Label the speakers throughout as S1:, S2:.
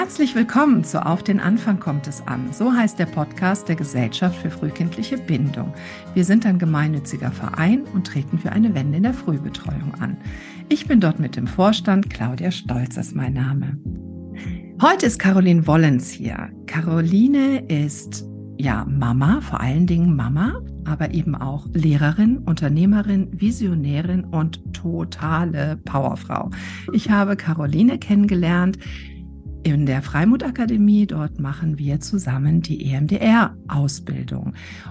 S1: Herzlich willkommen zu Auf den Anfang kommt es an. So heißt der Podcast der Gesellschaft für frühkindliche Bindung. Wir sind ein gemeinnütziger Verein und treten für eine Wende in der Frühbetreuung an. Ich bin dort mit im Vorstand, Claudia Stolz ist mein Name. Heute ist Caroline Wollens hier. Caroline ist Mama, vor allen Dingen Mama, aber eben auch Lehrerin, Unternehmerin, Visionärin und totale Powerfrau. Ich habe Caroline kennengelernt in der Freimut-Akademie. Dort machen wir zusammen die EMDR-Ausbildung.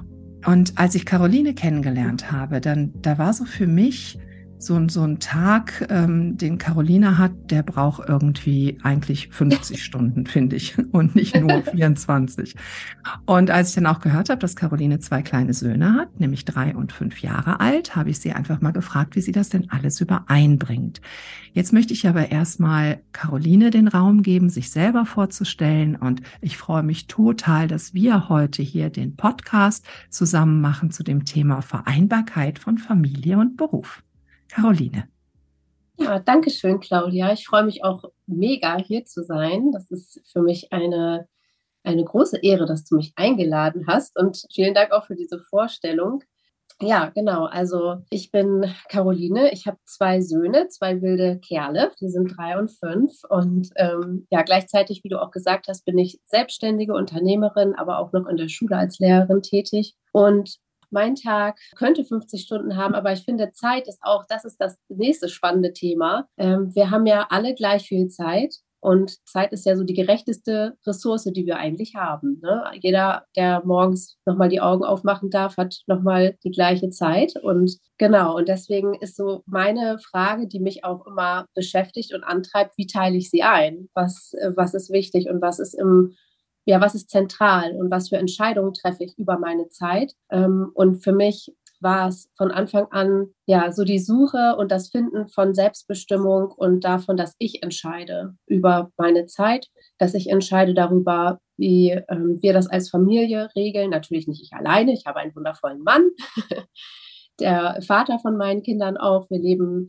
S1: Und als ich Caroline kennengelernt habe, da war so für mich so ein Tag, den Caroline hat, der braucht irgendwie eigentlich 50 Stunden, finde ich, und nicht nur 24. Und als ich dann auch gehört habe, dass Caroline 2 kleine Söhne hat, nämlich 3 und 5 Jahre alt, habe ich sie einfach mal gefragt, wie sie das denn alles übereinbringt. Jetzt möchte ich aber erstmal Caroline den Raum geben, sich selber vorzustellen. Und ich freue mich total, dass wir heute hier den Podcast zusammen machen zu dem Thema Vereinbarkeit von Familie und Beruf. Caroline.
S2: Ja, danke schön, Claudia. Ich freue mich auch mega, hier zu sein. Das ist für mich eine große Ehre, dass du mich eingeladen hast. Und vielen Dank auch für diese Vorstellung. Ja, genau. Also ich bin Caroline. Ich habe 2 Söhne, 2 wilde Kerle. Die sind 3 und 5. Und gleichzeitig, wie du auch gesagt hast, bin ich selbstständige Unternehmerin, aber auch noch in der Schule als Lehrerin tätig. Und mein Tag könnte 50 Stunden haben, aber ich finde, Zeit ist auch, das ist das nächste spannende Thema. Wir haben ja alle gleich viel Zeit und Zeit ist ja so die gerechteste Ressource, die wir eigentlich haben. Ne? Jeder, der morgens nochmal die Augen aufmachen darf, hat nochmal die gleiche Zeit. Und genau, und deswegen ist so meine Frage, die mich auch immer beschäftigt und antreibt, wie teile ich sie ein? Was ist wichtig und was ist zentral und was für Entscheidungen treffe ich über meine Zeit? Und für mich war es von Anfang an so die Suche und das Finden von Selbstbestimmung und davon, dass ich entscheide über meine Zeit, dass ich entscheide darüber, wie wir das als Familie regeln. Natürlich nicht ich alleine, ich habe einen wundervollen Mann, der Vater von meinen Kindern auch. Wir leben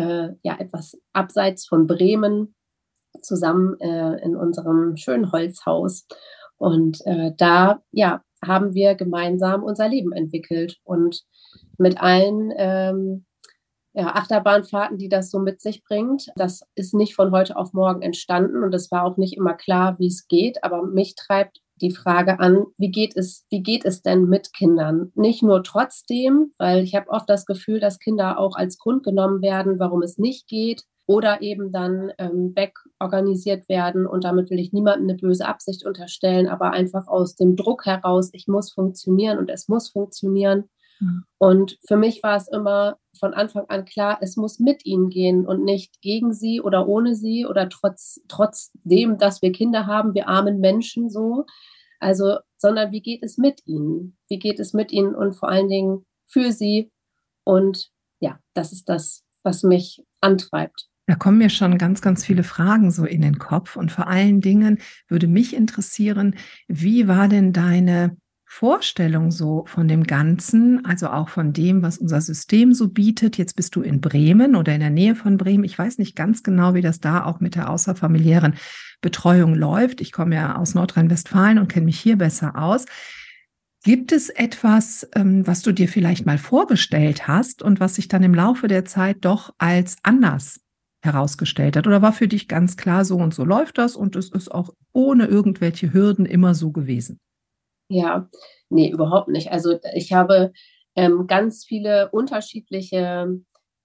S2: etwas abseits von Bremen zusammen in unserem schönen Holzhaus. Und da haben wir gemeinsam unser Leben entwickelt und mit allen Achterbahnfahrten, die das so mit sich bringt. Das ist nicht von heute auf morgen entstanden und es war auch nicht immer klar, wie es geht, aber mich treibt die Frage an, wie geht es denn mit Kindern? Nicht nur trotzdem, weil ich habe oft das Gefühl, dass Kinder auch als Grund genommen werden, warum es nicht geht, oder eben dann wegorganisiert werden. Und damit will ich niemandem eine böse Absicht unterstellen, aber einfach aus dem Druck heraus, ich muss funktionieren und es muss funktionieren. Mhm. Und für mich war es immer von Anfang an klar, es muss mit ihnen gehen und nicht gegen sie oder ohne sie oder trotzdem, dass wir Kinder haben, wir armen Menschen so. Also, sondern wie geht es mit ihnen? Wie geht es mit ihnen und vor allen Dingen für sie? Und ja, das ist das, was mich antreibt.
S1: Da kommen mir schon ganz, ganz viele Fragen so in den Kopf. Und vor allen Dingen würde mich interessieren, wie war denn deine Vorstellung so von dem Ganzen, also auch von dem, was unser System so bietet? Jetzt bist du in Bremen oder in der Nähe von Bremen. Ich weiß nicht ganz genau, wie das da auch mit der außerfamiliären Betreuung läuft. Ich komme ja aus Nordrhein-Westfalen und kenne mich hier besser aus. Gibt es etwas, was du dir vielleicht mal vorgestellt hast und was sich dann im Laufe der Zeit doch als anders herausgestellt hat? Oder war für dich ganz klar, so und so läuft das und es ist auch ohne irgendwelche Hürden immer so gewesen?
S2: Ja, nee, überhaupt nicht. Also ich habe ganz viele unterschiedliche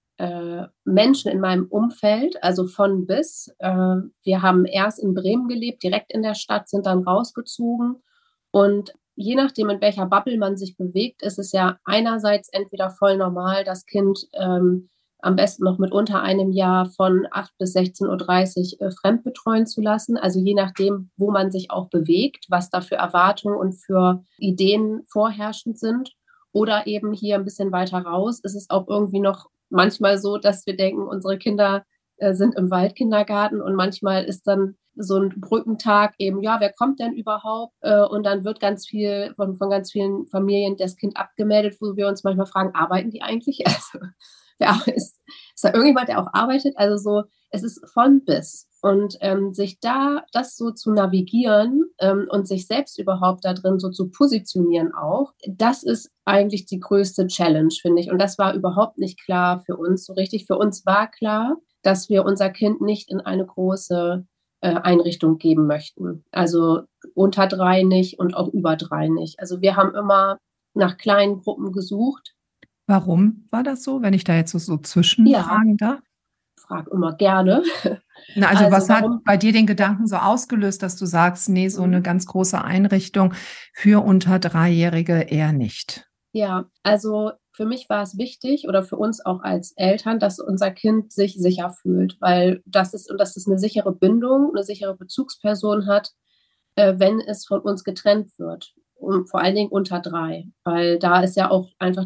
S2: Menschen in meinem Umfeld, also von bis. Wir haben erst in Bremen gelebt, direkt in der Stadt, sind dann rausgezogen und je nachdem, in welcher Bubble man sich bewegt, ist es ja einerseits entweder voll normal, das Kind am besten noch mit unter einem Jahr von 8 bis 16:30 Uhr fremdbetreuen zu lassen. Also je nachdem, wo man sich auch bewegt, was da für Erwartungen und für Ideen vorherrschend sind. Oder eben hier ein bisschen weiter raus ist es auch irgendwie noch manchmal so, dass wir denken, unsere Kinder sind im Waldkindergarten und manchmal ist dann so ein Brückentag eben, ja, wer kommt denn überhaupt? Und dann wird ganz viel von ganz vielen Familien das Kind abgemeldet, wo wir uns manchmal fragen, arbeiten die eigentlich? Also, ist da irgendjemand, der auch arbeitet? Also so, es ist von bis Und sich da das so zu navigieren und sich selbst überhaupt da drin so zu positionieren auch, das ist eigentlich die größte Challenge, finde ich. Und das war überhaupt nicht klar für uns so richtig. Für uns war klar, dass wir unser Kind nicht in eine große Einrichtung geben möchten. Also unter 3 nicht und auch über 3 nicht. Also wir haben immer nach kleinen Gruppen gesucht.
S1: Warum war das so, wenn ich da jetzt so
S2: Ja,
S1: zwischenfragen darf?
S2: frag immer gerne.
S1: Na, also
S2: Also
S1: was hat
S2: warum?
S1: bei dir den Gedanken so ausgelöst, dass du sagst, nee, so eine ganz große Einrichtung für unter Dreijährige eher nicht?
S2: Ja, also für mich war es wichtig oder für uns auch als Eltern, dass unser Kind sich sicher fühlt, weil das ist und dass es eine sichere Bindung, eine sichere Bezugsperson hat, wenn es von uns getrennt wird. Und vor allen Dingen unter 3, weil da ist ja auch einfach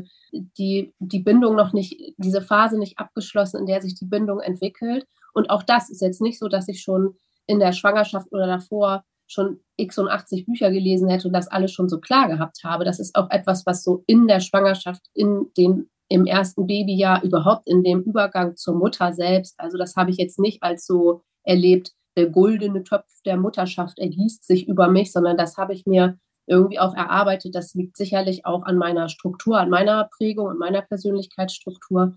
S2: die Bindung noch nicht, diese Phase nicht abgeschlossen, in der sich die Bindung entwickelt. Und auch das ist jetzt nicht so, dass ich schon in der Schwangerschaft oder davor schon x und 80 Bücher gelesen hätte und das alles schon so klar gehabt habe. Das ist auch etwas, was so in der Schwangerschaft, im ersten Babyjahr, überhaupt in dem Übergang zur Mutter selbst, also das habe ich jetzt nicht als so erlebt, der goldene Topf der Mutterschaft ergießt sich über mich, sondern das habe ich mir irgendwie auch erarbeitet. Das liegt sicherlich auch an meiner Struktur, an meiner Prägung und meiner Persönlichkeitsstruktur.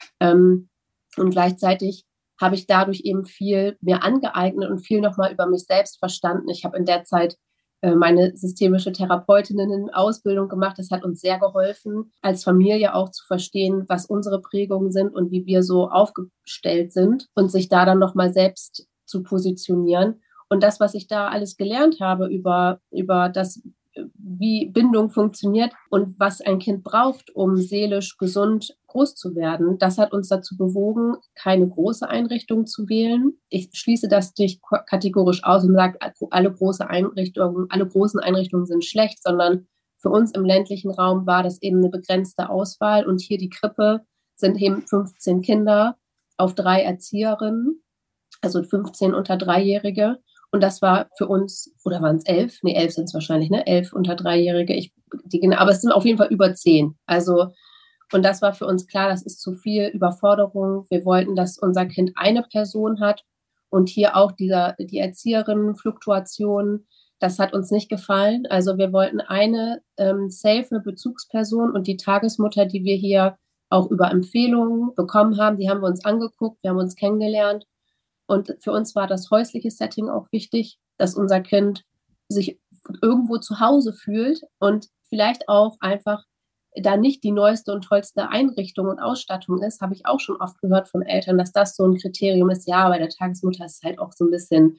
S2: Und gleichzeitig habe ich dadurch eben viel mir angeeignet und viel nochmal über mich selbst verstanden. Ich habe in der Zeit meine systemische Therapeutinnen-Ausbildung gemacht. Das hat uns sehr geholfen, als Familie auch zu verstehen, was unsere Prägungen sind und wie wir so aufgestellt sind und sich da dann nochmal selbst zu positionieren. Und das, was ich da alles gelernt habe über das, wie Bindung funktioniert und was ein Kind braucht, um seelisch gesund groß zu werden, das hat uns dazu bewogen, keine große Einrichtung zu wählen. Ich schließe das nicht kategorisch aus und sage, alle großen Einrichtungen sind schlecht, sondern für uns im ländlichen Raum war das eben eine begrenzte Auswahl. Und hier die Krippe sind eben 15 Kinder auf 3 Erzieherinnen, also 15 unter Dreijährige. Und das war für uns, oder waren es 11? Nee, 11 sind es wahrscheinlich, ne? 11 unter Dreijährige. Aber es sind auf jeden Fall über 10. Also, und das war für uns klar, das ist zu viel Überforderung. Wir wollten, dass unser Kind eine Person hat. Und hier auch die Erzieherinnen-Fluktuation, das hat uns nicht gefallen. Also wir wollten eine safe Bezugsperson und die Tagesmutter, die wir hier auch über Empfehlungen bekommen haben, die haben wir uns angeguckt, wir haben uns kennengelernt. Und für uns war das häusliche Setting auch wichtig, dass unser Kind sich irgendwo zu Hause fühlt und vielleicht auch einfach da nicht die neueste und tollste Einrichtung und Ausstattung ist, habe ich auch schon oft gehört von Eltern, dass das so ein Kriterium ist. Ja, bei der Tagesmutter ist es halt auch so ein bisschen,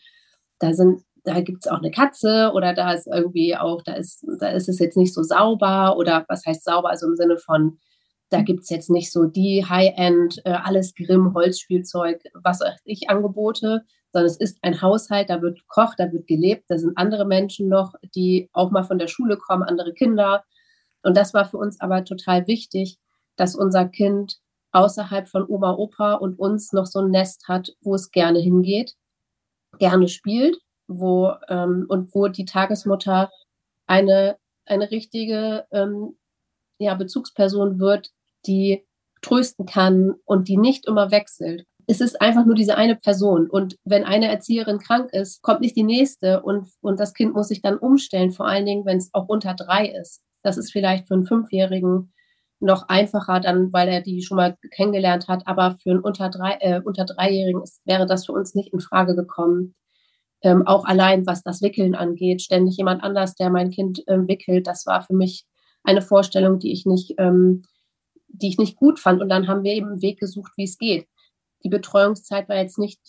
S2: da gibt es auch eine Katze oder da ist irgendwie auch, da ist es jetzt nicht so sauber oder was heißt sauber, also im Sinne von, da gibt es jetzt nicht so die High-End, alles Grimm, Holzspielzeug, was weiß ich, Angebote, sondern es ist ein Haushalt, da wird gekocht, da wird gelebt, da sind andere Menschen noch, die auch mal von der Schule kommen, andere Kinder. Und das war für uns aber total wichtig, dass unser Kind außerhalb von Oma, Opa und uns noch so ein Nest hat, wo es gerne hingeht, gerne spielt, und wo die Tagesmutter eine richtige Bezugsperson wird, die trösten kann und die nicht immer wechselt. Es ist einfach nur diese eine Person. Und wenn eine Erzieherin krank ist, kommt nicht die nächste und das Kind muss sich dann umstellen, vor allen Dingen, wenn es auch unter 3 ist. Das ist vielleicht für einen 5-Jährigen noch einfacher, dann, weil er die schon mal kennengelernt hat. Aber für einen unter 3-Jährigen wäre das für uns nicht in Frage gekommen. Auch allein, was das Wickeln angeht, ständig jemand anders, der mein Kind wickelt, das war für mich eine Vorstellung, die ich nicht gut fand. Und dann haben wir eben einen Weg gesucht, wie es geht. Die Betreuungszeit war jetzt nicht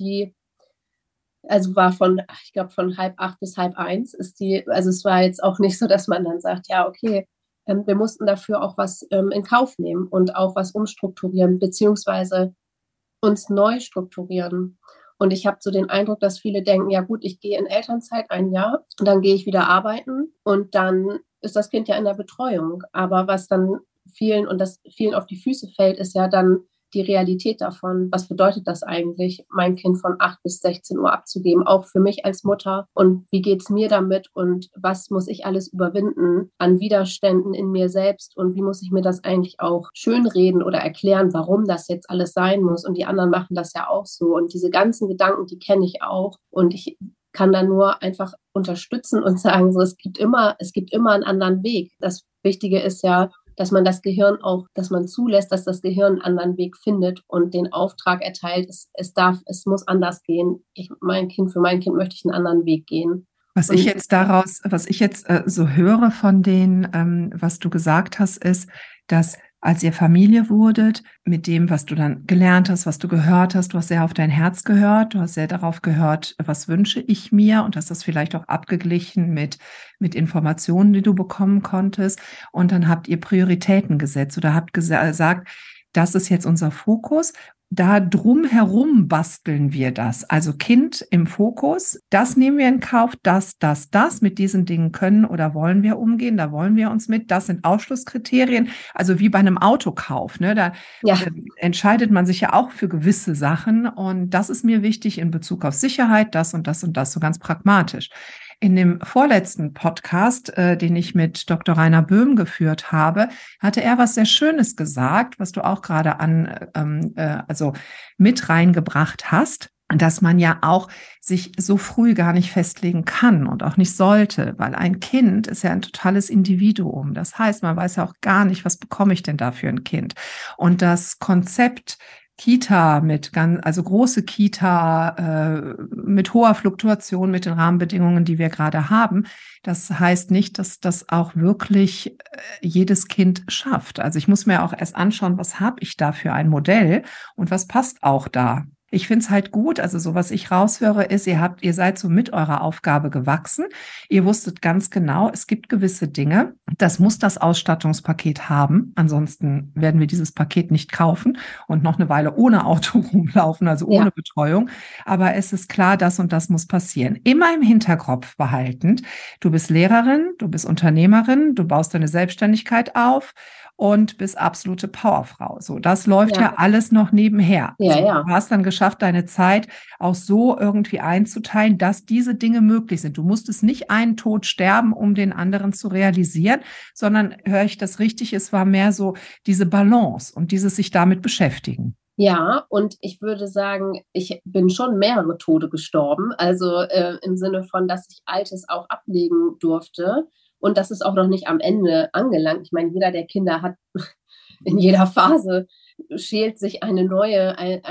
S2: also war ich glaube, von 7:30 bis 12:30 ist also es war jetzt auch nicht so, dass man dann sagt, ja, okay, wir mussten dafür auch was in Kauf nehmen und auch was umstrukturieren, beziehungsweise uns neu strukturieren. Und ich habe so den Eindruck, dass viele denken, ja gut, ich gehe in Elternzeit 1 Jahr und dann gehe ich wieder arbeiten und dann ist das Kind ja in der Betreuung. Aber was dann vielen auf die Füße fällt, ist ja dann die Realität davon? Was bedeutet das eigentlich, mein Kind von 8 bis 16 Uhr abzugeben, auch für mich als Mutter? Und wie geht es mir damit? Und was muss ich alles überwinden an Widerständen in mir selbst? Und wie muss ich mir das eigentlich auch schönreden oder erklären, warum das jetzt alles sein muss? Und die anderen machen das ja auch so. Und diese ganzen Gedanken, die kenne ich auch. Und ich kann da nur einfach unterstützen und sagen, so, es gibt immer einen anderen Weg. Das Wichtige ist ja, dass man das Gehirn auch, dass man zulässt, dass das Gehirn einen anderen Weg findet und den Auftrag erteilt, es muss anders gehen. Für mein Kind möchte ich einen anderen Weg gehen.
S1: Was ich jetzt so höre von was du gesagt hast, ist, dass als ihr Familie wurdet, mit dem, was du dann gelernt hast, was du gehört hast, du hast sehr auf dein Herz gehört, du hast sehr darauf gehört, was wünsche ich mir, und hast das vielleicht auch abgeglichen mit Informationen, die du bekommen konntest, und dann habt ihr Prioritäten gesetzt oder habt gesagt, das ist jetzt unser Fokus. Da drumherum basteln wir das. Also Kind im Fokus, das nehmen wir in Kauf, das. Mit diesen Dingen können oder wollen wir umgehen, da wollen wir uns mit. Das sind Ausschlusskriterien, also wie bei einem Autokauf. Ne? Da entscheidet man sich ja auch für gewisse Sachen, und das ist mir wichtig in Bezug auf Sicherheit, das und das und das, so ganz pragmatisch. In dem vorletzten Podcast, den ich mit Dr. Rainer Böhm geführt habe, hatte er was sehr Schönes gesagt, was du auch gerade also mit reingebracht hast, dass man ja auch sich so früh gar nicht festlegen kann und auch nicht sollte, weil ein Kind ist ja ein totales Individuum. Das heißt, man weiß ja auch gar nicht, was bekomme ich denn da für ein Kind? Und das Konzept Kita also große Kita mit hoher Fluktuation, mit den Rahmenbedingungen, die wir gerade haben. Das heißt nicht, dass das auch wirklich jedes Kind schafft. Also ich muss mir auch erst anschauen, was habe ich da für ein Modell und was passt auch da. Ich finde es halt gut, also so was ich raushöre, ist, ihr seid so mit eurer Aufgabe gewachsen. Ihr wusstet ganz genau, es gibt gewisse Dinge, das muss das Ausstattungspaket haben. Ansonsten werden wir dieses Paket nicht kaufen und noch eine Weile ohne Auto rumlaufen, also ohne Betreuung. Aber es ist klar, das und das muss passieren. Immer im Hinterkopf behaltend, du bist Lehrerin, du bist Unternehmerin, du baust deine Selbstständigkeit auf und bist absolute Powerfrau. So, das läuft ja alles noch nebenher.
S2: Ja.
S1: Du hast dann geschafft, deine Zeit auch so irgendwie einzuteilen, dass diese Dinge möglich sind. Du musstest nicht einen Tod sterben, um den anderen zu realisieren, sondern, höre ich das richtig, es war mehr so diese Balance und dieses sich damit beschäftigen.
S2: Ja, und ich würde sagen, ich bin schon mehrere Tode gestorben, also im Sinne von, dass ich Altes auch ablegen durfte. Und das ist auch noch nicht am Ende angelangt. Ich meine, jeder der Kinder hat in jeder Phase schält sich eine neue,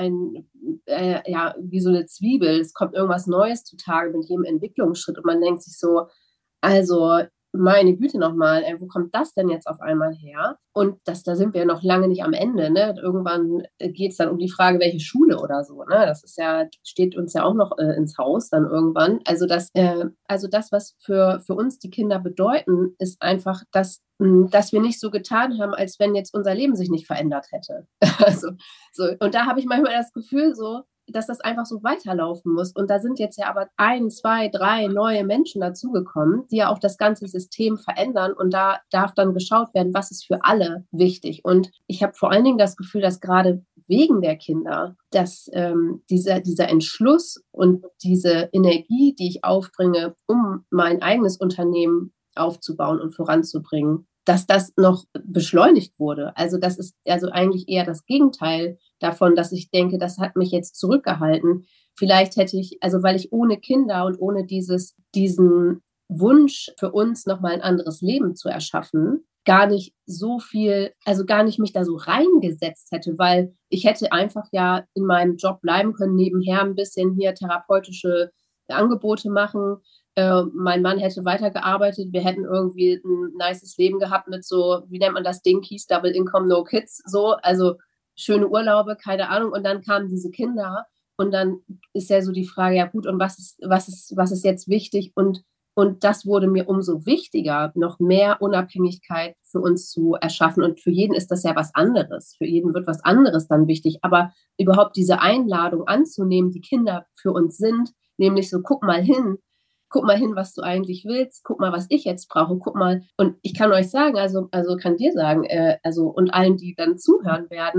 S2: wie so eine Zwiebel. Es kommt irgendwas Neues zutage mit jedem Entwicklungsschritt. Und man denkt sich so, also meine Güte nochmal, wo kommt das denn jetzt auf einmal her? Und da sind wir noch lange nicht am Ende. Ne? Irgendwann geht es dann um die Frage, welche Schule oder so. Ne? Das ist ja, steht uns ja auch noch ins Haus dann irgendwann. Also das, was für uns die Kinder bedeuten, ist einfach, dass wir nicht so getan haben, als wenn jetzt unser Leben sich nicht verändert hätte. Also, so. Und da habe ich manchmal das Gefühl so, dass das einfach so weiterlaufen muss. Und da sind jetzt ja aber 1, 2, 3 neue Menschen dazugekommen, die ja auch das ganze System verändern. Und da darf dann geschaut werden, was ist für alle wichtig. Und ich habe vor allen Dingen das Gefühl, dass gerade wegen der Kinder, dass dieser Entschluss und diese Energie, die ich aufbringe, um mein eigenes Unternehmen aufzubauen und voranzubringen, dass das noch beschleunigt wurde. Also das ist also eigentlich eher das Gegenteil davon, dass ich denke, das hat mich jetzt zurückgehalten. Vielleicht hätte ich, also weil ich ohne Kinder und ohne diesen Wunsch für uns nochmal ein anderes Leben zu erschaffen, gar nicht so viel, also gar nicht mich da so reingesetzt hätte, weil ich hätte einfach ja in meinem Job bleiben können, nebenher ein bisschen hier therapeutische Angebote machen. Mein Mann hätte weitergearbeitet, wir hätten irgendwie ein nices Leben gehabt mit so, wie nennt man das, Dinkies, Double Income, No Kids, so, also schöne Urlaube, keine Ahnung, und dann kamen diese Kinder und dann ist ja so die Frage, ja gut, und was ist jetzt wichtig, und das wurde mir umso wichtiger, noch mehr Unabhängigkeit für uns zu erschaffen, und für jeden ist das ja was anderes, für jeden wird was anderes dann wichtig, aber überhaupt diese Einladung anzunehmen, die Kinder für uns sind, nämlich so, guck mal hin, was du eigentlich willst, guck mal, was ich jetzt brauche, guck mal. Und ich kann euch sagen, also kann dir sagen, und allen, die dann zuhören werden,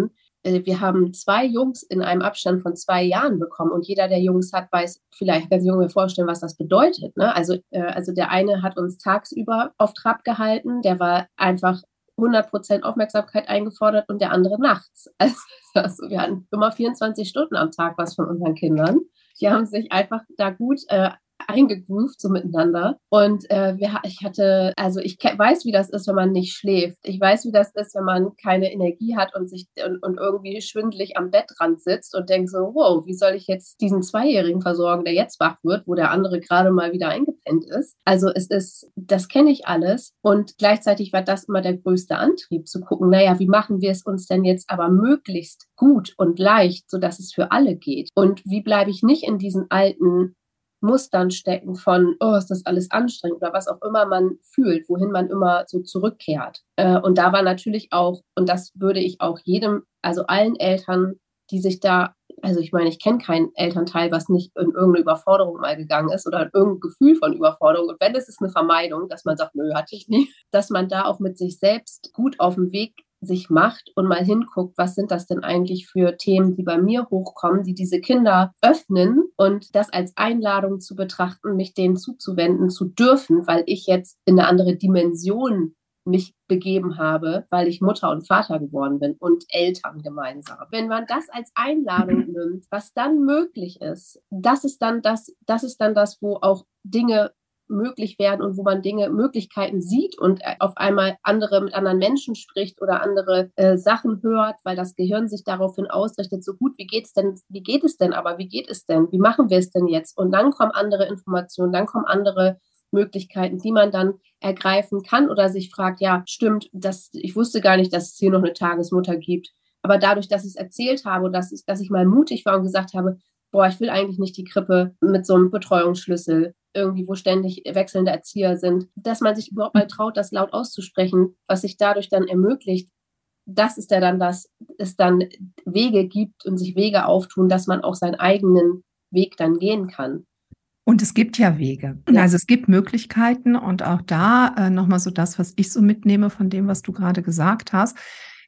S2: wir haben 2 Jungs in einem Abstand von 2 Jahren bekommen und jeder, der Jungs hat, weiß, vielleicht kann sich mir vorstellen, was das bedeutet. Ne? Also der eine hat uns tagsüber auf Trab gehalten, der war einfach 100% Aufmerksamkeit eingefordert und der andere nachts. Also wir hatten immer 24 Stunden am Tag was von unseren Kindern. Die haben sich einfach da gut eingegroovt so miteinander. Und ich weiß, wie das ist, wenn man nicht schläft. Ich weiß, wie das ist, wenn man keine Energie hat und sich und irgendwie schwindelig am Bettrand sitzt und denkt so, wow, wie soll ich jetzt diesen 2-Jährigen versorgen, der jetzt wach wird, wo der andere gerade mal wieder eingepennt ist. Also das kenne ich alles. Und gleichzeitig war das immer der größte Antrieb, zu gucken, naja, wie machen wir es uns denn jetzt aber möglichst gut und leicht, sodass es für alle geht? Und wie bleibe ich nicht in diesen alten Mustern stecken von, oh, ist das alles anstrengend oder was auch immer man fühlt, wohin man immer so zurückkehrt. Und da war natürlich auch, und das würde ich auch jedem, also allen Eltern, die sich da, also ich meine, ich kenne keinen Elternteil, was nicht in irgendeine Überforderung mal gegangen ist oder in irgendein Gefühl von Überforderung. Und wenn es ist eine Vermeidung, dass man sagt, nö, hatte ich nie, dass man da auch mit sich selbst gut auf dem Weg sich macht und mal hinguckt, was sind das denn eigentlich für Themen, die bei mir hochkommen, die diese Kinder öffnen und das als Einladung zu betrachten, mich denen zuzuwenden zu dürfen, weil ich jetzt in eine andere Dimension mich begeben habe, weil ich Mutter und Vater geworden bin und Eltern gemeinsam. Wenn man das als Einladung nimmt, was dann möglich ist, das ist dann das, wo auch Dinge möglich werden und wo man Möglichkeiten sieht und auf einmal mit anderen Menschen spricht oder andere Sachen hört, weil das Gehirn sich daraufhin ausrichtet, so gut, wie geht es denn, wie machen wir es denn jetzt? Und dann kommen andere Informationen, dann kommen andere Möglichkeiten, die man dann ergreifen kann oder sich fragt, ja, stimmt, ich wusste gar nicht, dass es hier noch eine Tagesmutter gibt. Aber dadurch, dass ich es erzählt habe und dass ich mal mutig war und gesagt habe, boah, ich will eigentlich nicht die Krippe mit so einem Betreuungsschlüssel, irgendwie, wo ständig wechselnde Erzieher sind, dass man sich überhaupt mal traut, das laut auszusprechen, was sich dadurch dann ermöglicht, das ist ja dann, dass es dann Wege gibt und sich Wege auftun, dass man auch seinen eigenen Weg dann gehen kann.
S1: Und es gibt ja Wege. Ja. Also es gibt Möglichkeiten und auch da nochmal so das, was ich so mitnehme von dem, was du gerade gesagt hast,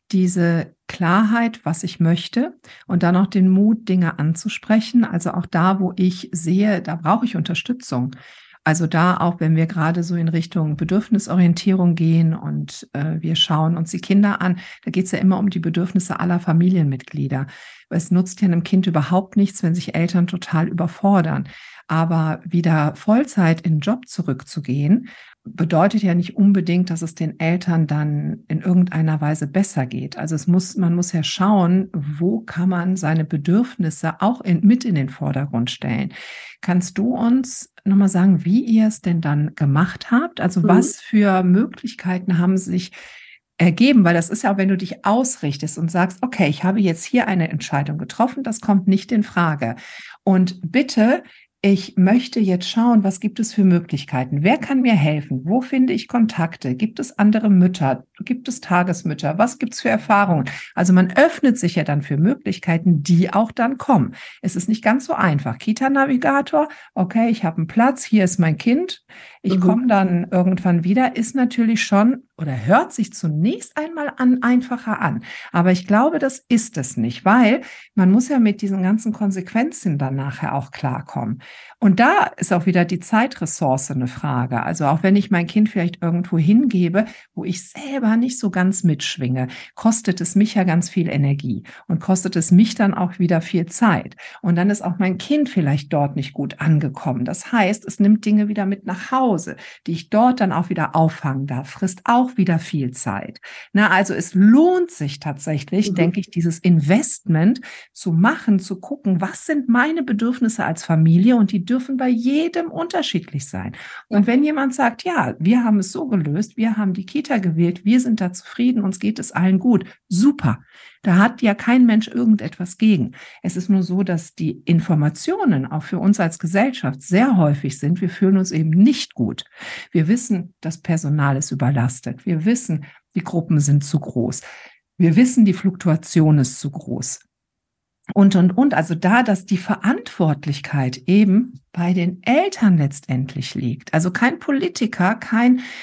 S1: diese Klarheit, was ich möchte und dann auch den Mut, Dinge anzusprechen. Also auch da, wo ich sehe, da brauche ich Unterstützung. Also da auch, wenn wir gerade so in Richtung Bedürfnisorientierung gehen und wir schauen uns die Kinder an, da geht es ja immer um die Bedürfnisse aller Familienmitglieder. Es nutzt ja einem Kind überhaupt nichts, wenn sich Eltern total überfordern. Aber wieder Vollzeit in den Job zurückzugehen, bedeutet ja nicht unbedingt, dass es den Eltern dann in irgendeiner Weise besser geht. Also man muss ja schauen, wo kann man seine Bedürfnisse auch mit in den Vordergrund stellen. Kannst du uns nochmal sagen, wie ihr es denn dann gemacht habt? Also was für Möglichkeiten haben sich ergeben? Weil das ist ja auch, wenn du dich ausrichtest und sagst, okay, ich habe jetzt hier eine Entscheidung getroffen, das kommt nicht in Frage. Und bitte, ich möchte jetzt schauen, was gibt es für Möglichkeiten? Wer kann mir helfen? Wo finde ich Kontakte? Gibt es andere Mütter? Gibt es Tagesmütter? Was gibt es für Erfahrungen? Also man öffnet sich ja dann für Möglichkeiten, die auch dann kommen. Es ist nicht ganz so einfach. Kita-Navigator, okay, ich habe einen Platz, hier ist mein Kind. Ich komme dann irgendwann wieder, ist natürlich schon oder hört sich zunächst einmal einfacher an. Aber ich glaube, das ist es nicht, weil man muss ja mit diesen ganzen Konsequenzen dann nachher auch klarkommen. Und da ist auch wieder die Zeitressource eine Frage. Also auch wenn ich mein Kind vielleicht irgendwo hingebe, wo ich selber nicht so ganz mitschwinge, kostet es mich ja ganz viel Energie und kostet es mich dann auch wieder viel Zeit. Und dann ist auch mein Kind vielleicht dort nicht gut angekommen. Das heißt, es nimmt Dinge wieder mit nach Hause, die ich dort dann auch wieder auffangen darf, frisst auch wieder viel Zeit. Na, also es lohnt sich tatsächlich, denke ich, dieses Investment zu machen, zu gucken, was sind meine Bedürfnisse als Familie, und die dürfen bei jedem unterschiedlich sein. Und wenn jemand sagt, ja, wir haben es so gelöst, wir haben die Kita gewählt, wir sind da zufrieden, uns geht es allen gut, super. Da hat ja kein Mensch irgendetwas gegen. Es ist nur so, dass die Informationen auch für uns als Gesellschaft sehr häufig sind. Wir fühlen uns eben nicht gut. Wir wissen, das Personal ist überlastet. Wir wissen, die Gruppen sind zu groß. Wir wissen, die Fluktuation ist zu groß. Und. Also da, dass die Verantwortlichkeit eben bei den Eltern letztendlich liegt. Also kein Politiker, kein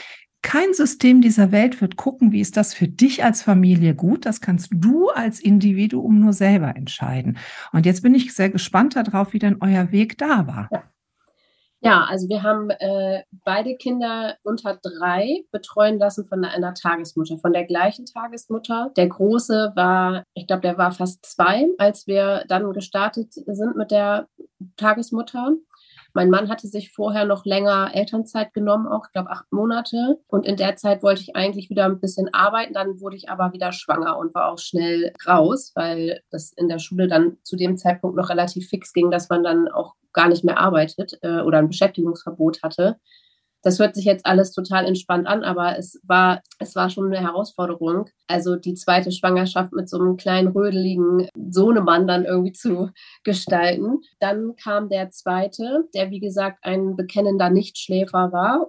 S1: Kein System dieser Welt wird gucken, wie ist das für dich als Familie gut. Das kannst du als Individuum nur selber entscheiden. Und jetzt bin ich sehr gespannt darauf, wie denn euer Weg da war.
S2: Ja, also wir haben beide Kinder unter 3 betreuen lassen von einer Tagesmutter, von der gleichen Tagesmutter. Der Große war, ich glaube, der war fast 2, als wir dann gestartet sind mit der Tagesmutter. Mein Mann hatte sich vorher noch länger Elternzeit genommen, auch, ich glaube, 8 Monate. Und in der Zeit wollte ich eigentlich wieder ein bisschen arbeiten. Dann wurde ich aber wieder schwanger und war auch schnell raus, weil das in der Schule dann zu dem Zeitpunkt noch relativ fix ging, dass man dann auch gar nicht mehr arbeitet oder ein Beschäftigungsverbot hatte. Das hört sich jetzt alles total entspannt an, aber es war schon eine Herausforderung. Also die zweite Schwangerschaft mit so einem kleinen, rödeligen Sohnemann dann irgendwie zu gestalten. Dann kam der zweite, der wie gesagt ein bekennender Nichtschläfer war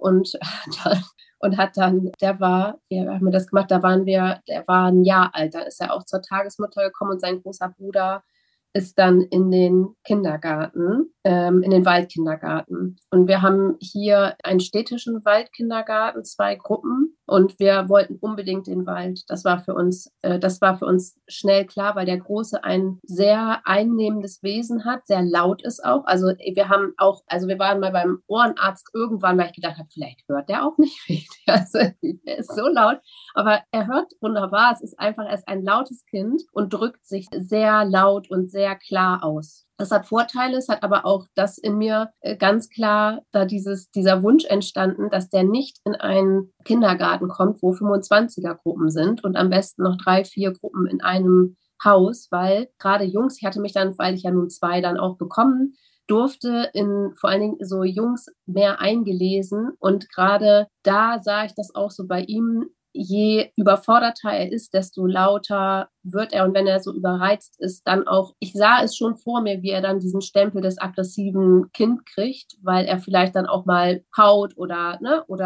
S2: der war, wie haben wir das gemacht? Der war ein Jahr alt, da ist er auch zur Tagesmutter gekommen und sein großer Bruder ist dann in den Kindergarten, in den Waldkindergarten. Und wir haben hier einen städtischen Waldkindergarten, 2 Gruppen. Und wir wollten unbedingt den Wald. Das war für uns schnell klar, weil der Große ein sehr einnehmendes Wesen hat, sehr laut ist auch. Also wir waren mal beim Ohrenarzt irgendwann, weil ich gedacht habe, vielleicht hört der auch nicht richtig. Also er ist so laut, aber er hört wunderbar. Er ist ein lautes Kind und drückt sich sehr laut und sehr klar aus. Das hat Vorteile, es hat aber auch das in mir ganz klar, dieser Wunsch entstanden, dass der nicht in einen Kindergarten kommt, wo 25er-Gruppen sind und am besten noch 3, 4 Gruppen in einem Haus, weil gerade Jungs, ich hatte mich dann, weil ich ja nun 2 dann auch bekommen durfte, in vor allen Dingen so Jungs mehr eingelesen und gerade da sah ich das auch so bei ihm, je überforderter er ist, desto lauter wird er. Und wenn er so überreizt ist, dann auch, ich sah es schon vor mir, wie er dann diesen Stempel des aggressiven Kind kriegt, weil er vielleicht dann auch mal haut oder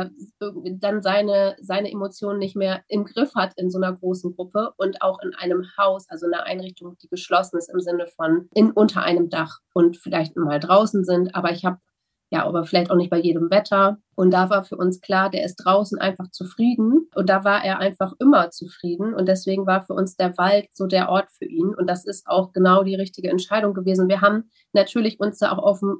S2: dann seine Emotionen nicht mehr im Griff hat in so einer großen Gruppe und auch in einem Haus, also einer Einrichtung, die geschlossen ist im Sinne von unter einem Dach und vielleicht mal draußen sind. Aber vielleicht auch nicht bei jedem Wetter. Und da war für uns klar, der ist draußen einfach zufrieden. Und da war er einfach immer zufrieden. Und deswegen war für uns der Wald so der Ort für ihn. Und das ist auch genau die richtige Entscheidung gewesen. Wir haben natürlich uns da auch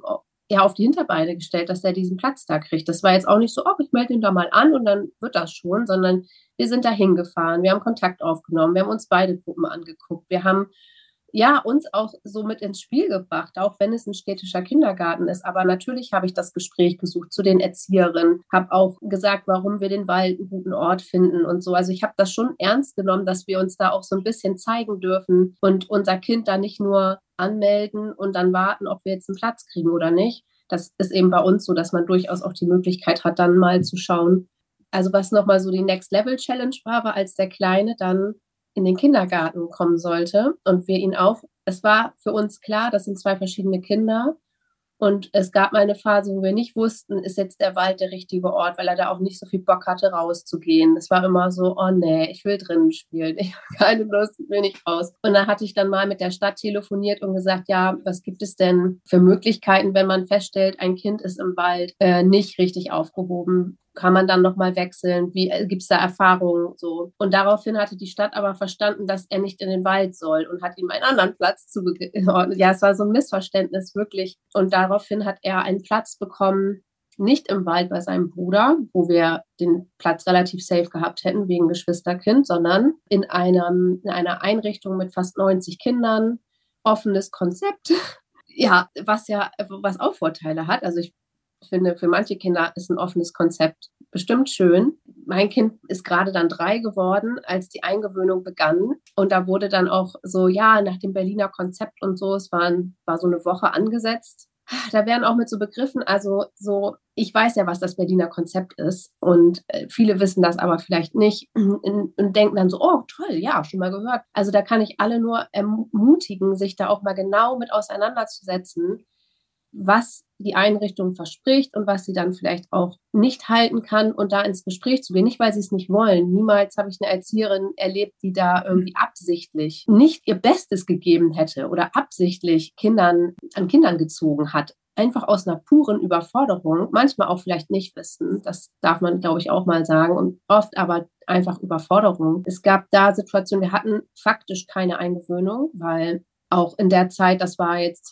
S2: auf die Hinterbeine gestellt, dass er diesen Platz da kriegt. Das war jetzt auch nicht so, ich melde ihn da mal an und dann wird das schon, sondern wir sind da hingefahren, wir haben Kontakt aufgenommen, wir haben uns beide Gruppen angeguckt, wir haben uns auch so mit ins Spiel gebracht, auch wenn es ein städtischer Kindergarten ist. Aber natürlich habe ich das Gespräch gesucht zu den Erzieherinnen, habe auch gesagt, warum wir den Wald einen guten Ort finden und so. Also ich habe das schon ernst genommen, dass wir uns da auch so ein bisschen zeigen dürfen und unser Kind da nicht nur anmelden und dann warten, ob wir jetzt einen Platz kriegen oder nicht. Das ist eben bei uns so, dass man durchaus auch die Möglichkeit hat, dann mal zu schauen. Also was nochmal so die Next-Level-Challenge war, als der Kleine dann in den Kindergarten kommen sollte und es war für uns klar, das sind 2 verschiedene Kinder und es gab mal eine Phase, wo wir nicht wussten, ist jetzt der Wald der richtige Ort, weil er da auch nicht so viel Bock hatte, rauszugehen. Es war immer so, oh nee, ich will drinnen spielen, ich habe keine Lust, ich will nicht raus. Und da hatte ich dann mal mit der Stadt telefoniert und gesagt, ja, was gibt es denn für Möglichkeiten, wenn man feststellt, ein Kind ist im Wald nicht richtig aufgehoben? Kann man dann nochmal wechseln? Wie gibt es da Erfahrungen? So. Und daraufhin hatte die Stadt aber verstanden, dass er nicht in den Wald soll und hat ihm einen anderen Platz zugeordnet. Ja, es war so ein Missverständnis, wirklich. Und daraufhin hat er einen Platz bekommen, nicht im Wald bei seinem Bruder, wo wir den Platz relativ safe gehabt hätten wegen Geschwisterkind, sondern in einer Einrichtung mit fast 90 Kindern, offenes Konzept. Ja, was auch Vorteile hat. Also ich finde, für manche Kinder ist ein offenes Konzept bestimmt schön. Mein Kind ist gerade dann 3 geworden, als die Eingewöhnung begann. Und da wurde dann auch so, nach dem Berliner Konzept und so, es war so eine Woche angesetzt. Da werden auch mit so Begriffen, also so, ich weiß ja, was das Berliner Konzept ist und viele wissen das aber vielleicht nicht und denken dann so, oh toll, ja, schon mal gehört. Also da kann ich alle nur ermutigen, sich da auch mal genau mit auseinanderzusetzen, was die Einrichtung verspricht und was sie dann vielleicht auch nicht halten kann und da ins Gespräch zu gehen. Nicht, weil sie es nicht wollen. Niemals habe ich eine Erzieherin erlebt, die da irgendwie absichtlich nicht ihr Bestes gegeben hätte oder absichtlich an Kindern gezogen hat. einfach aus einer puren Überforderung, manchmal auch vielleicht nicht wissen, das darf man, glaube ich, auch mal sagen, und oft aber einfach Überforderung. Es gab da Situationen, wir hatten faktisch keine Eingewöhnung, weil auch in der Zeit, das war jetzt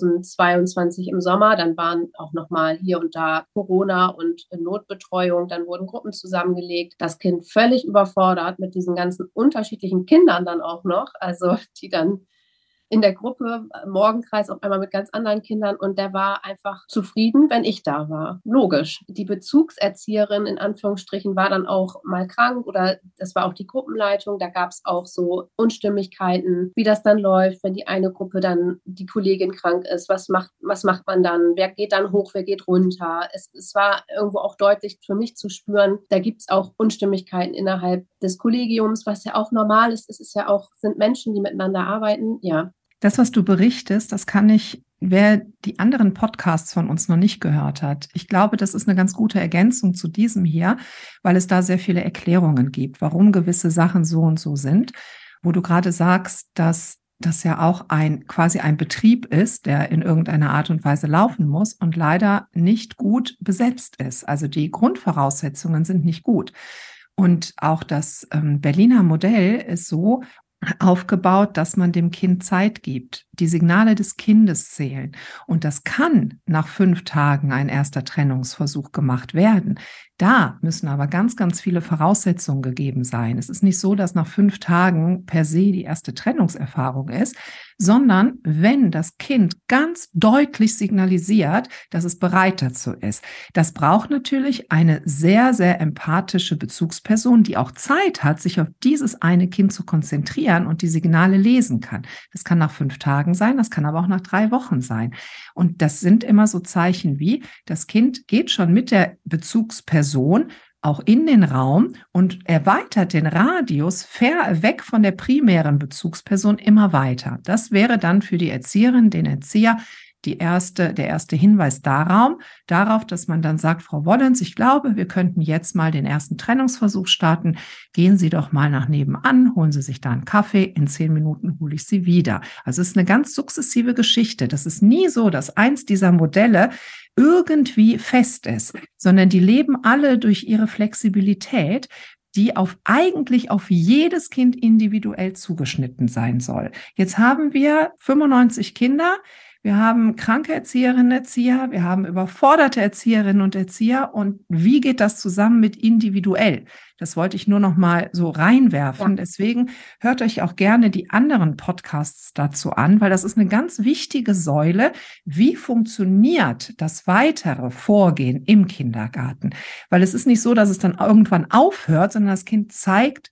S2: 2022 im Sommer, dann waren auch nochmal hier und da Corona und Notbetreuung, dann wurden Gruppen zusammengelegt, das Kind völlig überfordert mit diesen ganzen unterschiedlichen Kindern dann auch noch, also die dann in der Gruppe, Morgenkreis auf einmal mit ganz anderen Kindern, und der war einfach zufrieden, wenn ich da war. Logisch. Die Bezugserzieherin in Anführungsstrichen war dann auch mal krank, oder das war auch die Gruppenleitung. Da gab es auch so Unstimmigkeiten, wie das dann läuft, wenn die eine Gruppe dann die Kollegin krank ist. Was macht man dann? Wer geht dann hoch, wer geht runter? Es war irgendwo auch deutlich für mich zu spüren, da gibt es auch Unstimmigkeiten innerhalb des Kollegiums, was ja auch normal ist. Es ist ja auch, sind Menschen, die miteinander arbeiten. Ja.
S1: Das, was du berichtest, das kann ich, wer die anderen Podcasts von uns noch nicht gehört hat, ich glaube, das ist eine ganz gute Ergänzung zu diesem hier, weil es da sehr viele Erklärungen gibt, warum gewisse Sachen so und so sind, wo du gerade sagst, dass das ja auch quasi ein Betrieb ist, der in irgendeiner Art und Weise laufen muss und leider nicht gut besetzt ist. Also die Grundvoraussetzungen sind nicht gut. Und auch das Berliner Modell ist so aufgebaut, dass man dem Kind Zeit gibt. Die Signale des Kindes zählen. Und das kann nach 5 Tagen ein erster Trennungsversuch gemacht werden. Da müssen aber ganz, ganz viele Voraussetzungen gegeben sein. Es ist nicht so, dass nach 5 Tagen per se die erste Trennungserfahrung ist, sondern wenn das Kind ganz deutlich signalisiert, dass es bereit dazu ist. Das braucht natürlich eine sehr, sehr empathische Bezugsperson, die auch Zeit hat, sich auf dieses eine Kind zu konzentrieren und die Signale lesen kann. Das kann nach 5 Tagen sein, das kann aber auch nach 3 Wochen sein. Und das sind immer so Zeichen wie, das Kind geht schon mit der Bezugsperson auch in den Raum und erweitert den Radius weg von der primären Bezugsperson immer weiter. Das wäre dann für die Erzieherin, den Erzieher, der erste Hinweis darauf, dass man dann sagt, Frau Wollens, ich glaube, wir könnten jetzt mal den ersten Trennungsversuch starten. Gehen Sie doch mal nach nebenan, holen Sie sich da einen Kaffee, in 10 Minuten hole ich Sie wieder. Also es ist eine ganz sukzessive Geschichte. Das ist nie so, dass eins dieser Modelle irgendwie fest ist, sondern die leben alle durch ihre Flexibilität, die eigentlich auf jedes Kind individuell zugeschnitten sein soll. Jetzt haben wir 95 Kinder. Wir haben kranke Erzieherinnen und Erzieher, wir haben überforderte Erzieherinnen und Erzieher. Und wie geht das zusammen mit individuell? Das wollte ich nur noch mal so reinwerfen. Ja. Deswegen hört euch auch gerne die anderen Podcasts dazu an, weil das ist eine ganz wichtige Säule. Wie funktioniert das weitere Vorgehen im Kindergarten? Weil es ist nicht so, dass es dann irgendwann aufhört, sondern das Kind zeigt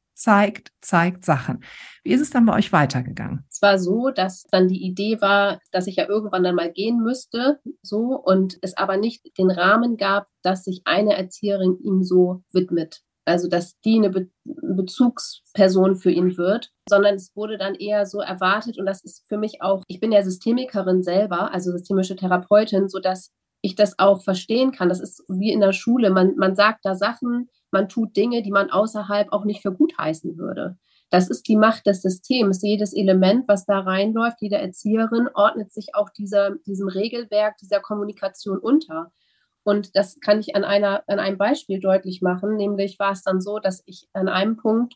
S1: Sachen. Wie ist es dann bei euch weitergegangen?
S2: Es war so, dass dann die Idee war, dass ich ja irgendwann dann mal gehen müsste, so, und es aber nicht den Rahmen gab, dass sich eine Erzieherin ihm so widmet. Also, dass die eine Bezugsperson für ihn wird, sondern es wurde dann eher so erwartet, und das ist für mich auch, ich bin ja Systemikerin selber, also systemische Therapeutin, sodass ich das auch verstehen kann. Das ist wie in der Schule, man sagt da Sachen, man tut Dinge, die man außerhalb auch nicht für gut heißen würde. Das ist die Macht des Systems. Jedes Element, was da reinläuft, jede Erzieherin ordnet sich auch diesem Regelwerk, dieser Kommunikation unter. Und das kann ich an einem Beispiel deutlich machen. Nämlich war es dann so, dass ich an einem Punkt,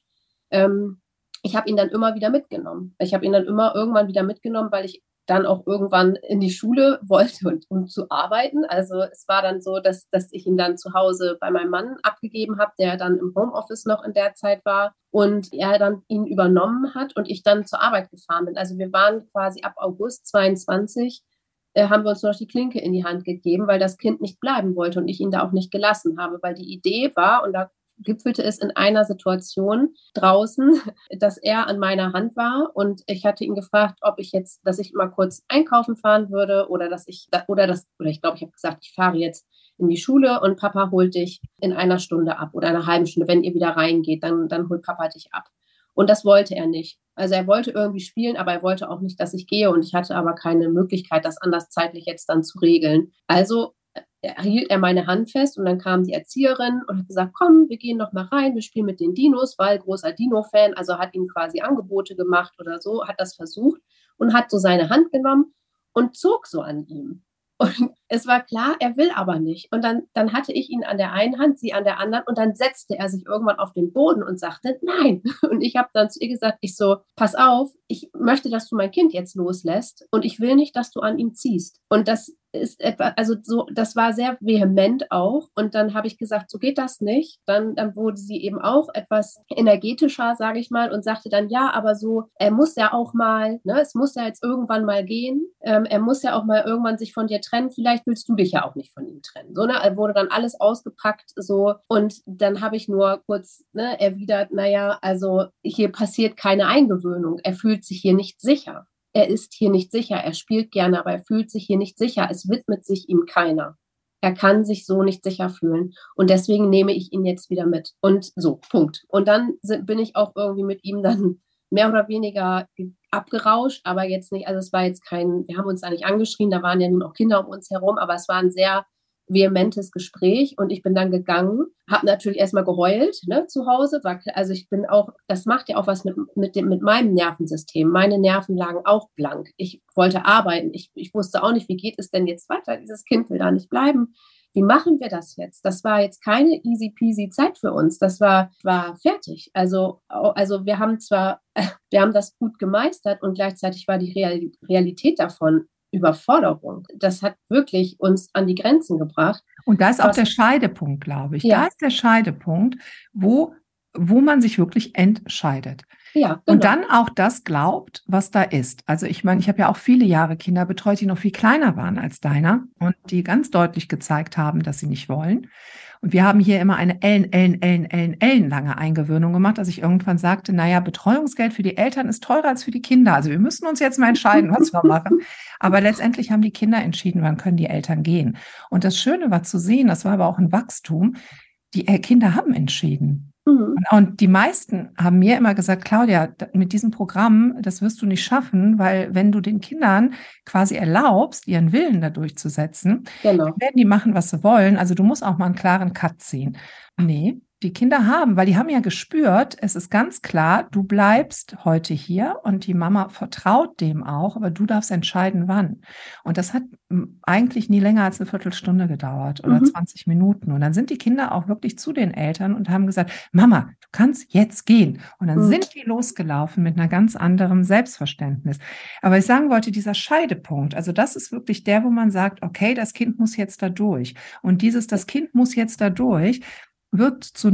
S2: ich habe ihn dann immer wieder mitgenommen. Ich habe ihn dann irgendwann wieder mitgenommen, weil ich dann auch irgendwann in die Schule wollte, um zu arbeiten. Also es war dann so, dass ich ihn dann zu Hause bei meinem Mann abgegeben habe, der dann im Homeoffice noch in der Zeit war, und er dann ihn übernommen hat und ich dann zur Arbeit gefahren bin. Also wir waren quasi ab August 22, haben wir uns noch die Klinke in die Hand gegeben, weil das Kind nicht bleiben wollte und ich ihn da auch nicht gelassen habe, weil die Idee war, und da gipfelte es in einer Situation draußen, dass er an meiner Hand war, und ich hatte ihn gefragt, dass ich mal kurz einkaufen fahren würde, oder ich glaube, ich habe gesagt, ich fahre jetzt in die Schule und Papa holt dich in einer Stunde ab oder einer halben Stunde, wenn ihr wieder reingeht, dann holt Papa dich ab. Und das wollte er nicht. Also er wollte irgendwie spielen, aber er wollte auch nicht, dass ich gehe, und ich hatte aber keine Möglichkeit, das anders zeitlich jetzt dann zu regeln. Also hielt er meine Hand fest, und dann kam die Erzieherin und hat gesagt, komm, wir gehen noch mal rein, wir spielen mit den Dinos, weil großer Dino-Fan, also hat ihm quasi Angebote gemacht oder so, hat das versucht und hat so seine Hand genommen und zog so an ihm. Und es war klar, er will aber nicht. Und dann hatte ich ihn an der einen Hand, sie an der anderen und dann setzte er sich irgendwann auf den Boden und sagte, nein. Und ich habe dann zu ihr gesagt, ich so, pass auf, ich möchte, dass du mein Kind jetzt loslässt und ich will nicht, dass du an ihm ziehst. Und das ist etwa, also so, das war sehr vehement auch. Und dann habe ich gesagt, so geht das nicht. Dann wurde sie eben auch etwas energetischer, sage ich mal, und sagte dann, ja, aber so, er muss ja auch mal, ne, es muss ja jetzt irgendwann mal gehen. Er muss ja auch mal irgendwann sich von dir trennen. Vielleicht willst du dich ja auch nicht von ihm trennen. So, ne, also wurde dann alles ausgepackt, so. Und dann habe ich nur kurz, ne, erwidert, naja, also hier passiert keine Eingewöhnung. Er fühlt sich hier nicht sicher. Er ist hier nicht sicher, er spielt gerne, aber er fühlt sich hier nicht sicher. Es widmet sich ihm keiner. Er kann sich so nicht sicher fühlen. Und deswegen nehme ich ihn jetzt wieder mit. Und so, Punkt. Und dann bin ich auch irgendwie mit ihm dann mehr oder weniger abgerauscht, aber jetzt nicht, also es war jetzt kein, wir haben uns da nicht angeschrien, da waren ja nun auch Kinder um uns herum, aber es war ein sehr vehementes Gespräch und ich bin dann gegangen, habe natürlich erstmal geheult, ne, zu Hause, also ich bin auch, das macht ja auch was mit meinem Nervensystem. Meine Nerven lagen auch blank. Ich wollte arbeiten. Ich wusste auch nicht, wie geht es denn jetzt weiter? Dieses Kind will da nicht bleiben. Wie machen wir das jetzt? Das war jetzt keine easy peasy Zeit für uns. Das war fertig. Also wir haben das gut gemeistert und gleichzeitig war die Realität davon Überforderung. Das hat wirklich uns an die Grenzen gebracht.
S1: Und da ist auch der Scheidepunkt, glaube ich. Ja. Da ist der Scheidepunkt, wo man sich wirklich entscheidet. Ja, genau. Und dann auch das glaubt, was da ist. Also ich meine, ich habe ja auch viele Jahre Kinder betreut, die noch viel kleiner waren als deiner und die ganz deutlich gezeigt haben, dass sie nicht wollen. Und wir haben hier immer eine ellenlange Eingewöhnung gemacht, dass ich irgendwann sagte, naja, Betreuungsgeld für die Eltern ist teurer als für die Kinder. Also wir müssen uns jetzt mal entscheiden, was wir machen. Aber letztendlich haben die Kinder entschieden, wann können die Eltern gehen. Und das Schöne war zu sehen, das war aber auch ein Wachstum, die Kinder haben entschieden. Und die meisten haben mir immer gesagt, Claudia, mit diesem Programm, das wirst du nicht schaffen, weil wenn du den Kindern quasi erlaubst, ihren Willen da durchzusetzen, genau, dann werden die machen, was sie wollen. Also du musst auch mal einen klaren Cut ziehen. Nee, die Kinder weil die haben ja gespürt, es ist ganz klar, du bleibst heute hier und die Mama vertraut dem auch, aber du darfst entscheiden, wann. Und das hat eigentlich nie länger als eine Viertelstunde gedauert oder 20 Minuten. Und dann sind die Kinder auch wirklich zu den Eltern und haben gesagt, Mama, du kannst jetzt gehen. Und dann sind die losgelaufen mit einer ganz anderen Selbstverständnis. Aber ich sagen wollte, dieser Scheidepunkt, also das ist wirklich der, wo man sagt, okay, das Kind muss jetzt da durch. Und das Kind muss jetzt da durch, wird zu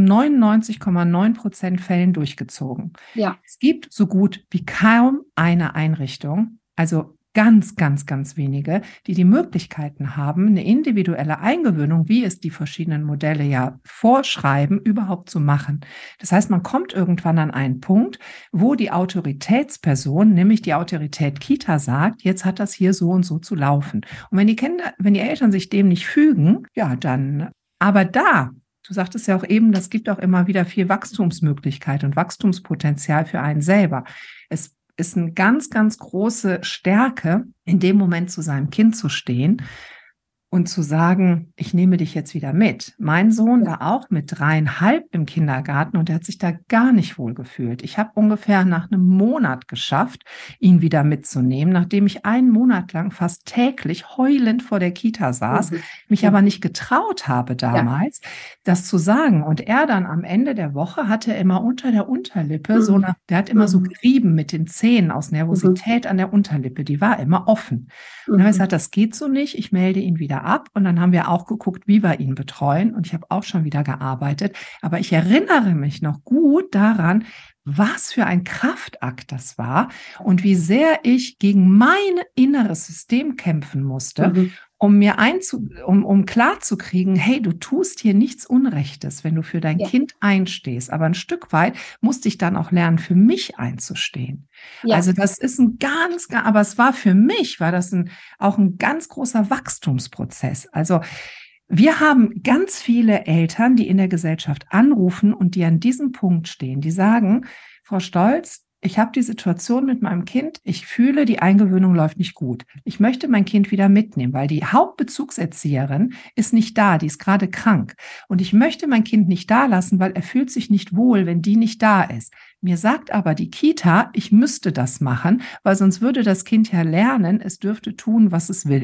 S1: 99,9% Fällen durchgezogen. Ja. Es gibt so gut wie kaum eine Einrichtung, also ganz, ganz, ganz wenige, die Möglichkeiten haben, eine individuelle Eingewöhnung, wie es die verschiedenen Modelle ja vorschreiben, überhaupt zu machen. Das heißt, man kommt irgendwann an einen Punkt, wo die Autoritätsperson, nämlich die Autorität Kita, sagt, jetzt hat das hier so und so zu laufen. Und wenn die Eltern sich dem nicht fügen, ja, dann, aber du sagtest ja auch eben, das gibt auch immer wieder viel Wachstumsmöglichkeit und Wachstumspotenzial für einen selber. Es ist eine ganz, ganz große Stärke, in dem Moment zu seinem Kind zu stehen und zu sagen, ich nehme dich jetzt wieder mit. Mein Sohn war auch mit 3,5 im Kindergarten und er hat sich da gar nicht wohl gefühlt. Ich habe ungefähr nach einem Monat geschafft, ihn wieder mitzunehmen, nachdem ich einen Monat lang fast täglich heulend vor der Kita saß, mich aber nicht getraut habe damals, das zu sagen. Und er dann am Ende der Woche hatte immer unter der Unterlippe der hat immer so gerieben mit den Zähnen aus Nervosität an der Unterlippe, die war immer offen. Und dann habe ich gesagt, das geht so nicht, ich melde ihn wieder ab. Und dann haben wir auch geguckt, wie wir ihn betreuen. Und ich habe auch schon wieder gearbeitet. Aber ich erinnere mich noch gut daran, was für ein Kraftakt das war und wie sehr ich gegen mein inneres System kämpfen musste, um klar zu kriegen, hey, du tust hier nichts Unrechtes, wenn du für dein Kind einstehst. Aber ein Stück weit musste ich dann auch lernen, für mich einzustehen. Ja. Also das ist aber es war für mich, auch ein ganz großer Wachstumsprozess. Also wir haben ganz viele Eltern, die in der Gesellschaft anrufen und die an diesem Punkt stehen, die sagen, Frau Stolz, ich habe die Situation mit meinem Kind, ich fühle, die Eingewöhnung läuft nicht gut. Ich möchte mein Kind wieder mitnehmen, weil die Hauptbezugserzieherin ist nicht da, die ist gerade krank. Und ich möchte mein Kind nicht da lassen, weil er fühlt sich nicht wohl, wenn die nicht da ist. Mir sagt aber die Kita, ich müsste das machen, weil sonst würde das Kind ja lernen, es dürfte tun, was es will.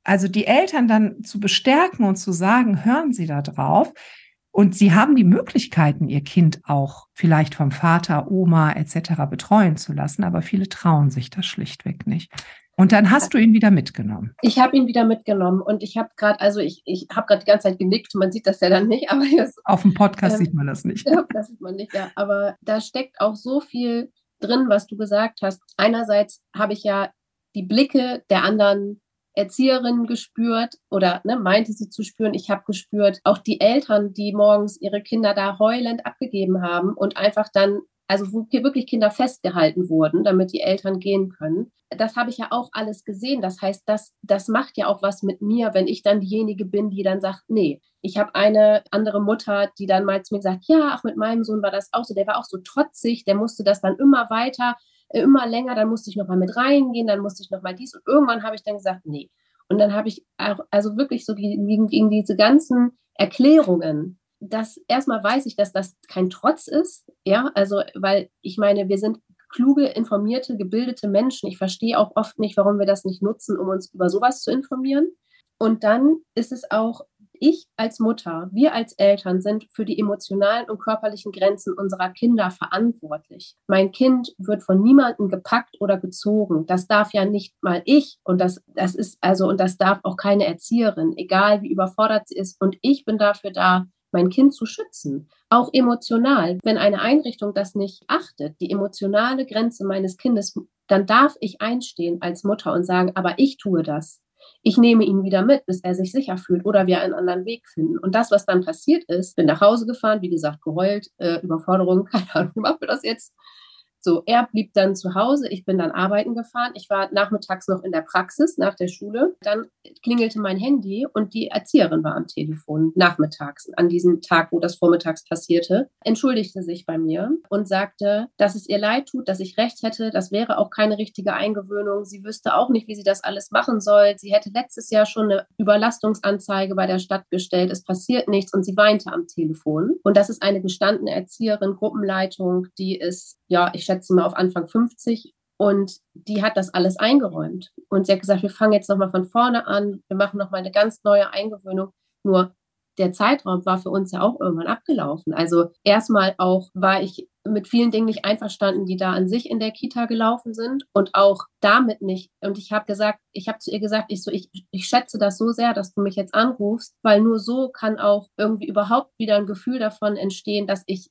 S1: also die Eltern dann zu bestärken und zu sagen, hören Sie da drauf. Und sie haben die Möglichkeiten, ihr Kind auch vielleicht vom Vater, Oma etc. betreuen zu lassen, aber viele trauen sich das schlichtweg nicht. Und dann hast du ihn wieder mitgenommen.
S2: Ich habe ihn wieder mitgenommen und ich habe gerade, also ich habe gerade die ganze Zeit genickt, man sieht das ja dann nicht, aber jetzt,
S1: auf dem Podcast sieht man das nicht.
S2: Ja, das sieht man nicht, ja. Aber da steckt auch so viel drin, was du gesagt hast. Einerseits habe ich ja die Blicke der anderen Erzieherinnen gespürt oder meinte sie zu spüren. Ich habe gespürt, auch die Eltern, die morgens ihre Kinder da heulend abgegeben haben und einfach dann, also wo hier wirklich Kinder festgehalten wurden, damit die Eltern gehen können. Das habe ich ja auch alles gesehen. Das heißt, das macht ja auch was mit mir, wenn ich dann diejenige bin, die dann sagt, nee. Ich habe eine andere Mutter, die dann mal zu mir gesagt, ja, ach, mit meinem Sohn war das auch so. Der war auch so trotzig, der musste das dann immer weiter, immer länger, dann musste ich nochmal mit reingehen, dann musste ich nochmal dies und irgendwann habe ich dann gesagt, nee. Und dann habe ich auch, also wirklich so gegen diese ganzen Erklärungen, dass erstmal weiß ich, dass das kein Trotz ist, ja, also weil ich meine, wir sind kluge, informierte, gebildete Menschen. Ich verstehe auch oft nicht, warum wir das nicht nutzen, um uns über sowas zu informieren. Und dann ist es auch, ich als Mutter, wir als Eltern sind für die emotionalen und körperlichen Grenzen unserer Kinder verantwortlich. Mein Kind wird von niemandem gepackt oder gezogen. Das darf ja nicht mal ich und das ist also und das darf auch keine Erzieherin, egal wie überfordert sie ist. Und ich bin dafür da, mein Kind zu schützen, auch emotional. Wenn eine Einrichtung das nicht achtet, die emotionale Grenze meines Kindes, dann darf ich einstehen als Mutter und sagen, aber ich tue das. Ich nehme ihn wieder mit, bis er sich sicher fühlt oder wir einen anderen Weg finden. Und das, was dann passiert ist, bin nach Hause gefahren, wie gesagt, geheult, Überforderung, keine Ahnung, wie machen wir das jetzt? So, er blieb dann zu Hause, ich bin dann arbeiten gefahren. Ich war nachmittags noch in der Praxis nach der Schule. Dann klingelte mein Handy und die Erzieherin war am Telefon nachmittags, an diesem Tag, wo das vormittags passierte, entschuldigte sich bei mir und sagte, dass es ihr leid tut, dass ich recht hätte. Das wäre auch keine richtige Eingewöhnung. Sie wüsste auch nicht, wie sie das alles machen soll. Sie hätte letztes Jahr schon eine Überlastungsanzeige bei der Stadt gestellt. Es passiert nichts und sie weinte am Telefon. Und das ist eine gestandene Erzieherin, Gruppenleitung, die ist, ja, ich schätze mal auf Anfang 50 und die hat das alles eingeräumt. Und sie hat gesagt, wir fangen jetzt nochmal von vorne an, wir machen nochmal eine ganz neue Eingewöhnung. Nur der Zeitraum war für uns ja auch irgendwann abgelaufen. Also erstmal auch war ich mit vielen Dingen nicht einverstanden, die da an sich in der Kita gelaufen sind und auch damit nicht. Und ich habe zu ihr gesagt, ich schätze das so sehr, dass du mich jetzt anrufst, weil nur so kann auch irgendwie überhaupt wieder ein Gefühl davon entstehen, dass ich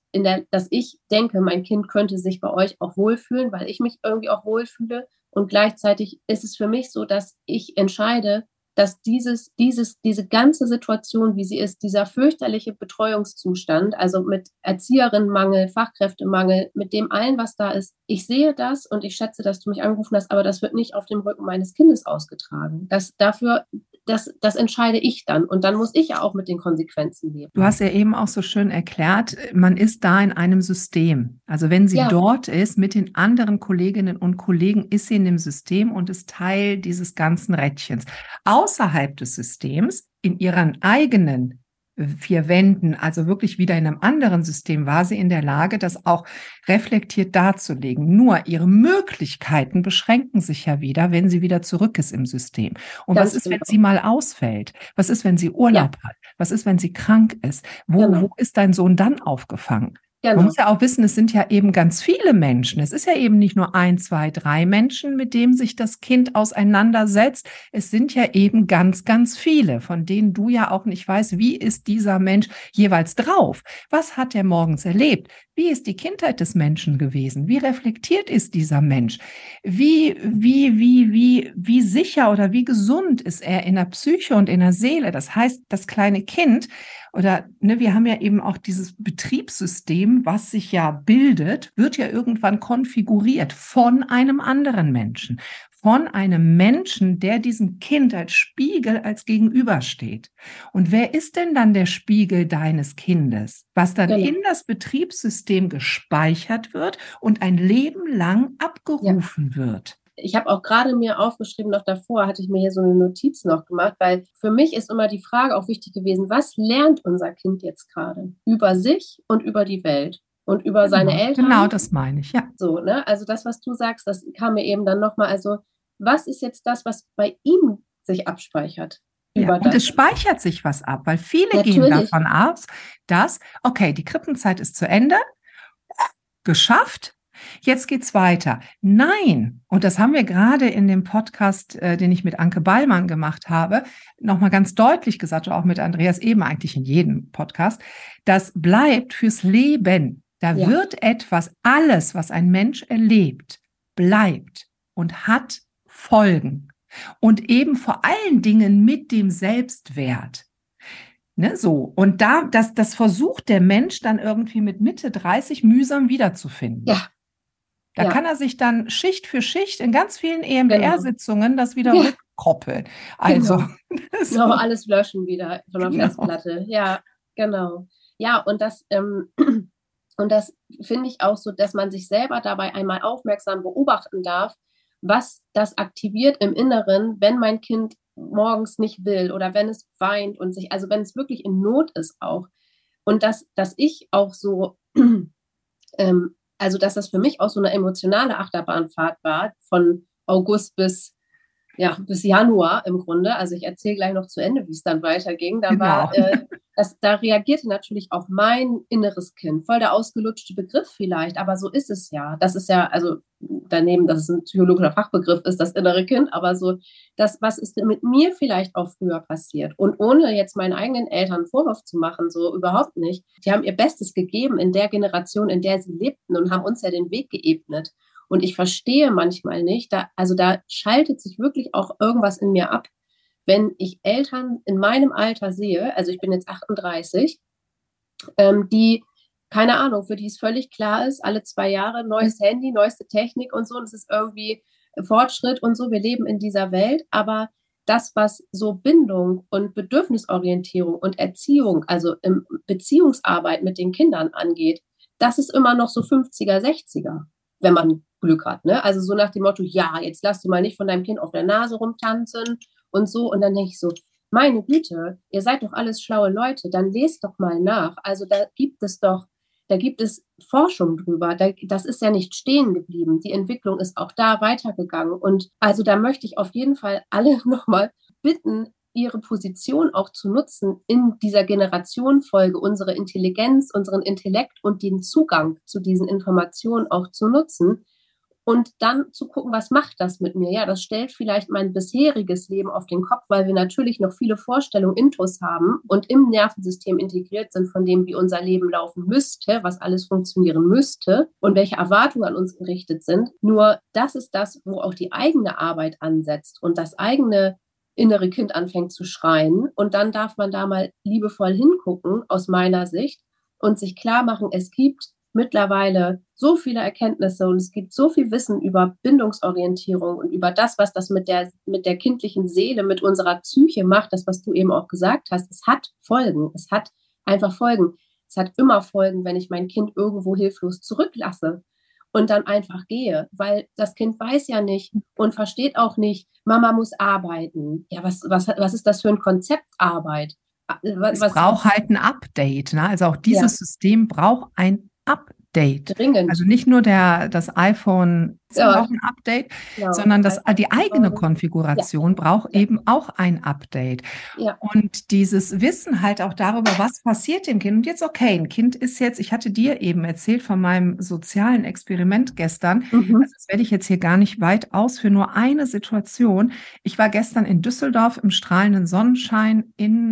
S2: denke, mein Kind könnte sich bei euch auch wohlfühlen, weil ich mich irgendwie auch wohlfühle. Und gleichzeitig ist es für mich so, dass ich entscheide, dass diese ganze Situation, wie sie ist, dieser fürchterliche Betreuungszustand, also mit Erzieherinnenmangel, Fachkräftemangel, mit dem allen, was da ist, ich sehe das und ich schätze, dass du mich angerufen hast, aber das wird nicht auf dem Rücken meines Kindes ausgetragen. Das entscheide ich dann und dann muss ich ja auch mit den Konsequenzen leben.
S1: Du hast ja eben auch so schön erklärt, man ist da in einem System. Also wenn sie dort ist mit den anderen Kolleginnen und Kollegen, ist sie in dem System und ist Teil dieses ganzen Rädchens. Außerhalb des Systems, in ihren eigenen vier Wänden, also wirklich wieder in einem anderen System, war sie in der Lage, das auch reflektiert darzulegen. Nur ihre Möglichkeiten beschränken sich ja wieder, wenn sie wieder zurück ist im System. Und was ist, wenn sie mal ausfällt? Was ist, wenn sie Urlaub hat? Was ist, wenn sie krank ist? Wo ist dein Sohn dann aufgefangen? Genau. Man muss ja auch wissen, es sind ja eben ganz viele Menschen. Es ist ja eben nicht nur 1, 2, 3 Menschen, mit denen sich das Kind auseinandersetzt. Es sind ja eben ganz, ganz viele, von denen du ja auch nicht weißt, wie ist dieser Mensch jeweils drauf? Was hat er morgens erlebt? Wie ist die Kindheit des Menschen gewesen? Wie reflektiert ist dieser Mensch? Wie sicher oder wie gesund ist er in der Psyche und in der Seele? Das heißt, das kleine Kind wir haben ja eben auch dieses Betriebssystem, was sich ja bildet, wird ja irgendwann konfiguriert von einem anderen Menschen. Von einem Menschen, der diesem Kind als Spiegel, als Gegenüber steht. Und wer ist denn dann der Spiegel deines Kindes? Was dann in das Betriebssystem gespeichert wird und ein Leben lang abgerufen wird.
S2: Ich habe auch gerade mir aufgeschrieben, noch davor hatte ich mir hier so eine Notiz noch gemacht, weil für mich ist immer die Frage auch wichtig gewesen, was lernt unser Kind jetzt gerade über sich und über die Welt und über seine Eltern?
S1: Genau, das meine ich, ja.
S2: So, ne? Also das, was du sagst, das kam mir eben dann nochmal, also was ist jetzt das, was bei ihm sich abspeichert.
S1: Ja, und es speichert sich was ab, weil viele gehen davon aus, dass, okay, die Krippenzeit ist zu Ende, geschafft, jetzt geht's weiter. Nein, und das haben wir gerade in dem Podcast, den ich mit Anke Ballmann gemacht habe, nochmal ganz deutlich gesagt, auch mit Andreas eben eigentlich in jedem Podcast, das bleibt fürs Leben. Da wird etwas, alles, was ein Mensch erlebt, bleibt und hat Folgen. Und eben vor allen Dingen mit dem Selbstwert. Ne, so. Und das versucht der Mensch dann irgendwie mit Mitte 30 mühsam wiederzufinden.
S2: Ja.
S1: Da kann er sich dann Schicht für Schicht in ganz vielen EMDR-Sitzungen das wieder rückkoppeln. Also.
S2: Genau, alles löschen wieder von der Festplatte. Ja, genau. Ja, und das finde ich auch so, dass man sich selber dabei einmal aufmerksam beobachten darf, was das aktiviert im Inneren, wenn mein Kind morgens nicht will oder wenn es weint und also wenn es wirklich in Not ist auch. Und dass ich auch so, also dass das für mich auch so eine emotionale Achterbahnfahrt war, von August bis Januar im Grunde. Also ich erzähle gleich noch zu Ende, wie es dann weiterging. Da reagierte natürlich auch mein inneres Kind. Voll der ausgelutschte Begriff vielleicht, aber so ist es ja. Das ist ja, also daneben, dass es ein psychologischer Fachbegriff ist, das innere Kind, aber so, was ist denn mit mir vielleicht auch früher passiert? Und ohne jetzt meinen eigenen Eltern einen Vorwurf zu machen, so überhaupt nicht. Die haben ihr Bestes gegeben in der Generation, in der sie lebten und haben uns ja den Weg geebnet. Und ich verstehe manchmal nicht, da schaltet sich wirklich auch irgendwas in mir ab, wenn ich Eltern in meinem Alter sehe, also ich bin jetzt 38, die, keine Ahnung, für die es völlig klar ist, alle 2 Jahre neues Handy, neueste Technik und so, und es ist irgendwie Fortschritt und so, wir leben in dieser Welt, aber das, was so Bindung und Bedürfnisorientierung und Erziehung, also Beziehungsarbeit mit den Kindern angeht, das ist immer noch so 50er, 60er, wenn man Glück hat, ne? Also so nach dem Motto, ja, jetzt lass du mal nicht von deinem Kind auf der Nase rumtanzen und so. Und dann denke ich so, meine Güte, ihr seid doch alles schlaue Leute, dann lest doch mal nach. Also da gibt es Forschung drüber. Das ist ja nicht stehen geblieben. Die Entwicklung ist auch da weitergegangen. Und also da möchte ich auf jeden Fall alle nochmal bitten, ihre Position auch zu nutzen in dieser Generationenfolge, unsere Intelligenz, unseren Intellekt und den Zugang zu diesen Informationen auch zu nutzen. Und dann zu gucken, was macht das mit mir? Ja, das stellt vielleicht mein bisheriges Leben auf den Kopf, weil wir natürlich noch viele Vorstellungen, Intus haben und im Nervensystem integriert sind von dem, wie unser Leben laufen müsste, was alles funktionieren müsste und welche Erwartungen an uns gerichtet sind. Nur das ist das, wo auch die eigene Arbeit ansetzt und das eigene innere Kind anfängt zu schreien. Und dann darf man da mal liebevoll hingucken, aus meiner Sicht, und sich klar machen, es gibt mittlerweile so viele Erkenntnisse und es gibt so viel Wissen über Bindungsorientierung und über das, was das mit der kindlichen Seele, mit unserer Psyche macht, das, was du eben auch gesagt hast. Es hat Folgen. Es hat einfach Folgen. Es hat immer Folgen, wenn ich mein Kind irgendwo hilflos zurücklasse und dann einfach gehe, weil das Kind weiß ja nicht und versteht auch nicht, Mama muss arbeiten. Ja, was ist das für ein Konzept Arbeit?
S1: Es braucht halt ein Update, ne? Also auch dieses System braucht ein Update.
S2: Dringend.
S1: Also nicht nur das iPhone braucht ein Update, sondern die eigene Konfiguration braucht eben auch ein Update.
S2: Ja.
S1: Und dieses Wissen halt auch darüber, was passiert dem Kind. Und jetzt, okay, ein Kind ist jetzt, ich hatte dir eben erzählt von meinem sozialen Experiment gestern, also das werde ich jetzt hier gar nicht weit ausführen, nur eine Situation. Ich war gestern in Düsseldorf im strahlenden Sonnenschein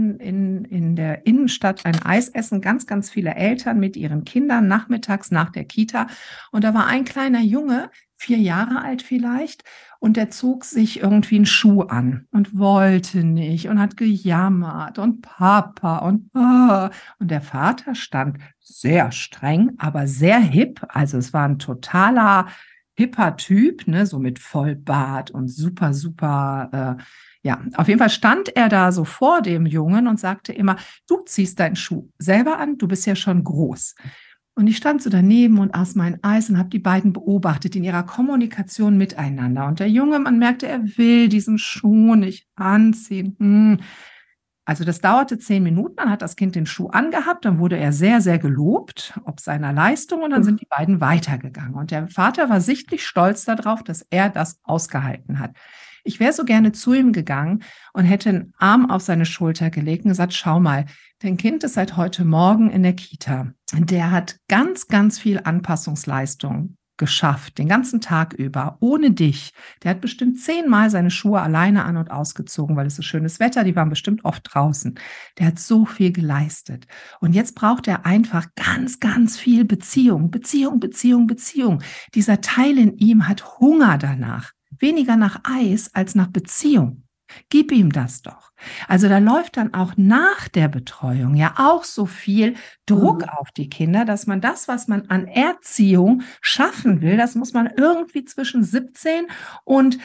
S1: in der Innenstadt ein Eis essen, ganz, ganz viele Eltern mit ihren Kindern nachmittags nach der Kita. Und da war ein kleiner Junge, 4 Jahre alt vielleicht, und der zog sich irgendwie einen Schuh an und wollte nicht und hat gejammert und Papa und der Vater stand sehr streng, aber sehr hip, also es war ein totaler hipper Typ, ne, so mit Vollbart und super, super, auf jeden Fall stand er da so vor dem Jungen und sagte immer, du ziehst deinen Schuh selber an, du bist ja schon groß. Und ich stand so daneben und aß mein Eis und habe die beiden beobachtet in ihrer Kommunikation miteinander. Und der Junge, man merkte, er will diesen Schuh nicht anziehen. Also das dauerte 10 Minuten, dann hat das Kind den Schuh angehabt, dann wurde er sehr, sehr gelobt, ob seiner Leistung, und dann sind die beiden weitergegangen. Und der Vater war sichtlich stolz darauf, dass er das ausgehalten hat. Ich wäre so gerne zu ihm gegangen und hätte einen Arm auf seine Schulter gelegt und gesagt, schau mal, dein Kind ist seit heute Morgen in der Kita. Der hat ganz, ganz viel Anpassungsleistung geschafft, den ganzen Tag über, ohne dich. Der hat bestimmt 10-mal seine Schuhe alleine an- und ausgezogen, weil es so schönes Wetter, die waren bestimmt oft draußen. Der hat so viel geleistet. Und jetzt braucht er einfach ganz, ganz viel Beziehung, Beziehung, Beziehung, Beziehung. Dieser Teil in ihm hat Hunger danach. Weniger nach Eis als nach Beziehung. Gib ihm das doch. Also da läuft dann auch nach der Betreuung ja auch so viel Druck auf die Kinder, dass man das, was man an Erziehung schaffen will, das muss man irgendwie zwischen 17 und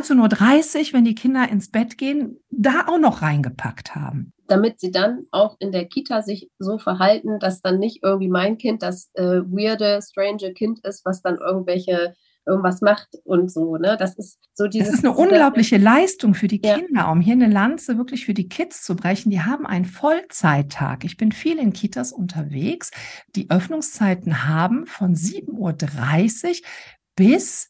S1: 19:30 Uhr, wenn die Kinder ins Bett gehen, da auch noch reingepackt haben.
S2: Damit sie dann auch in der Kita sich so verhalten, dass dann nicht irgendwie mein Kind das weirde, strange Kind ist, was dann irgendwas macht und so, ne? Das ist so
S1: Das ist eine unglaubliche Leistung für die Kinder, um hier eine Lanze wirklich für die Kids zu brechen. Die haben einen Vollzeittag. Ich bin viel in Kitas unterwegs. Die Öffnungszeiten haben von 7:30 Uhr bis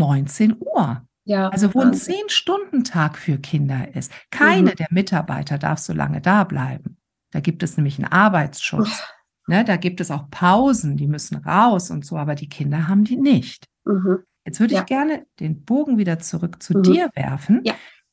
S1: 19 Uhr.
S2: Ja,
S1: Also wo ein 10-Stunden-Tag für Kinder ist. Keine der Mitarbeiter darf so lange da bleiben. Da gibt es nämlich einen Arbeitsschutz. Ne, da gibt es auch Pausen, die müssen raus und so, aber die Kinder haben die nicht. Jetzt würde ich gerne den Bogen wieder zurück zu dir werfen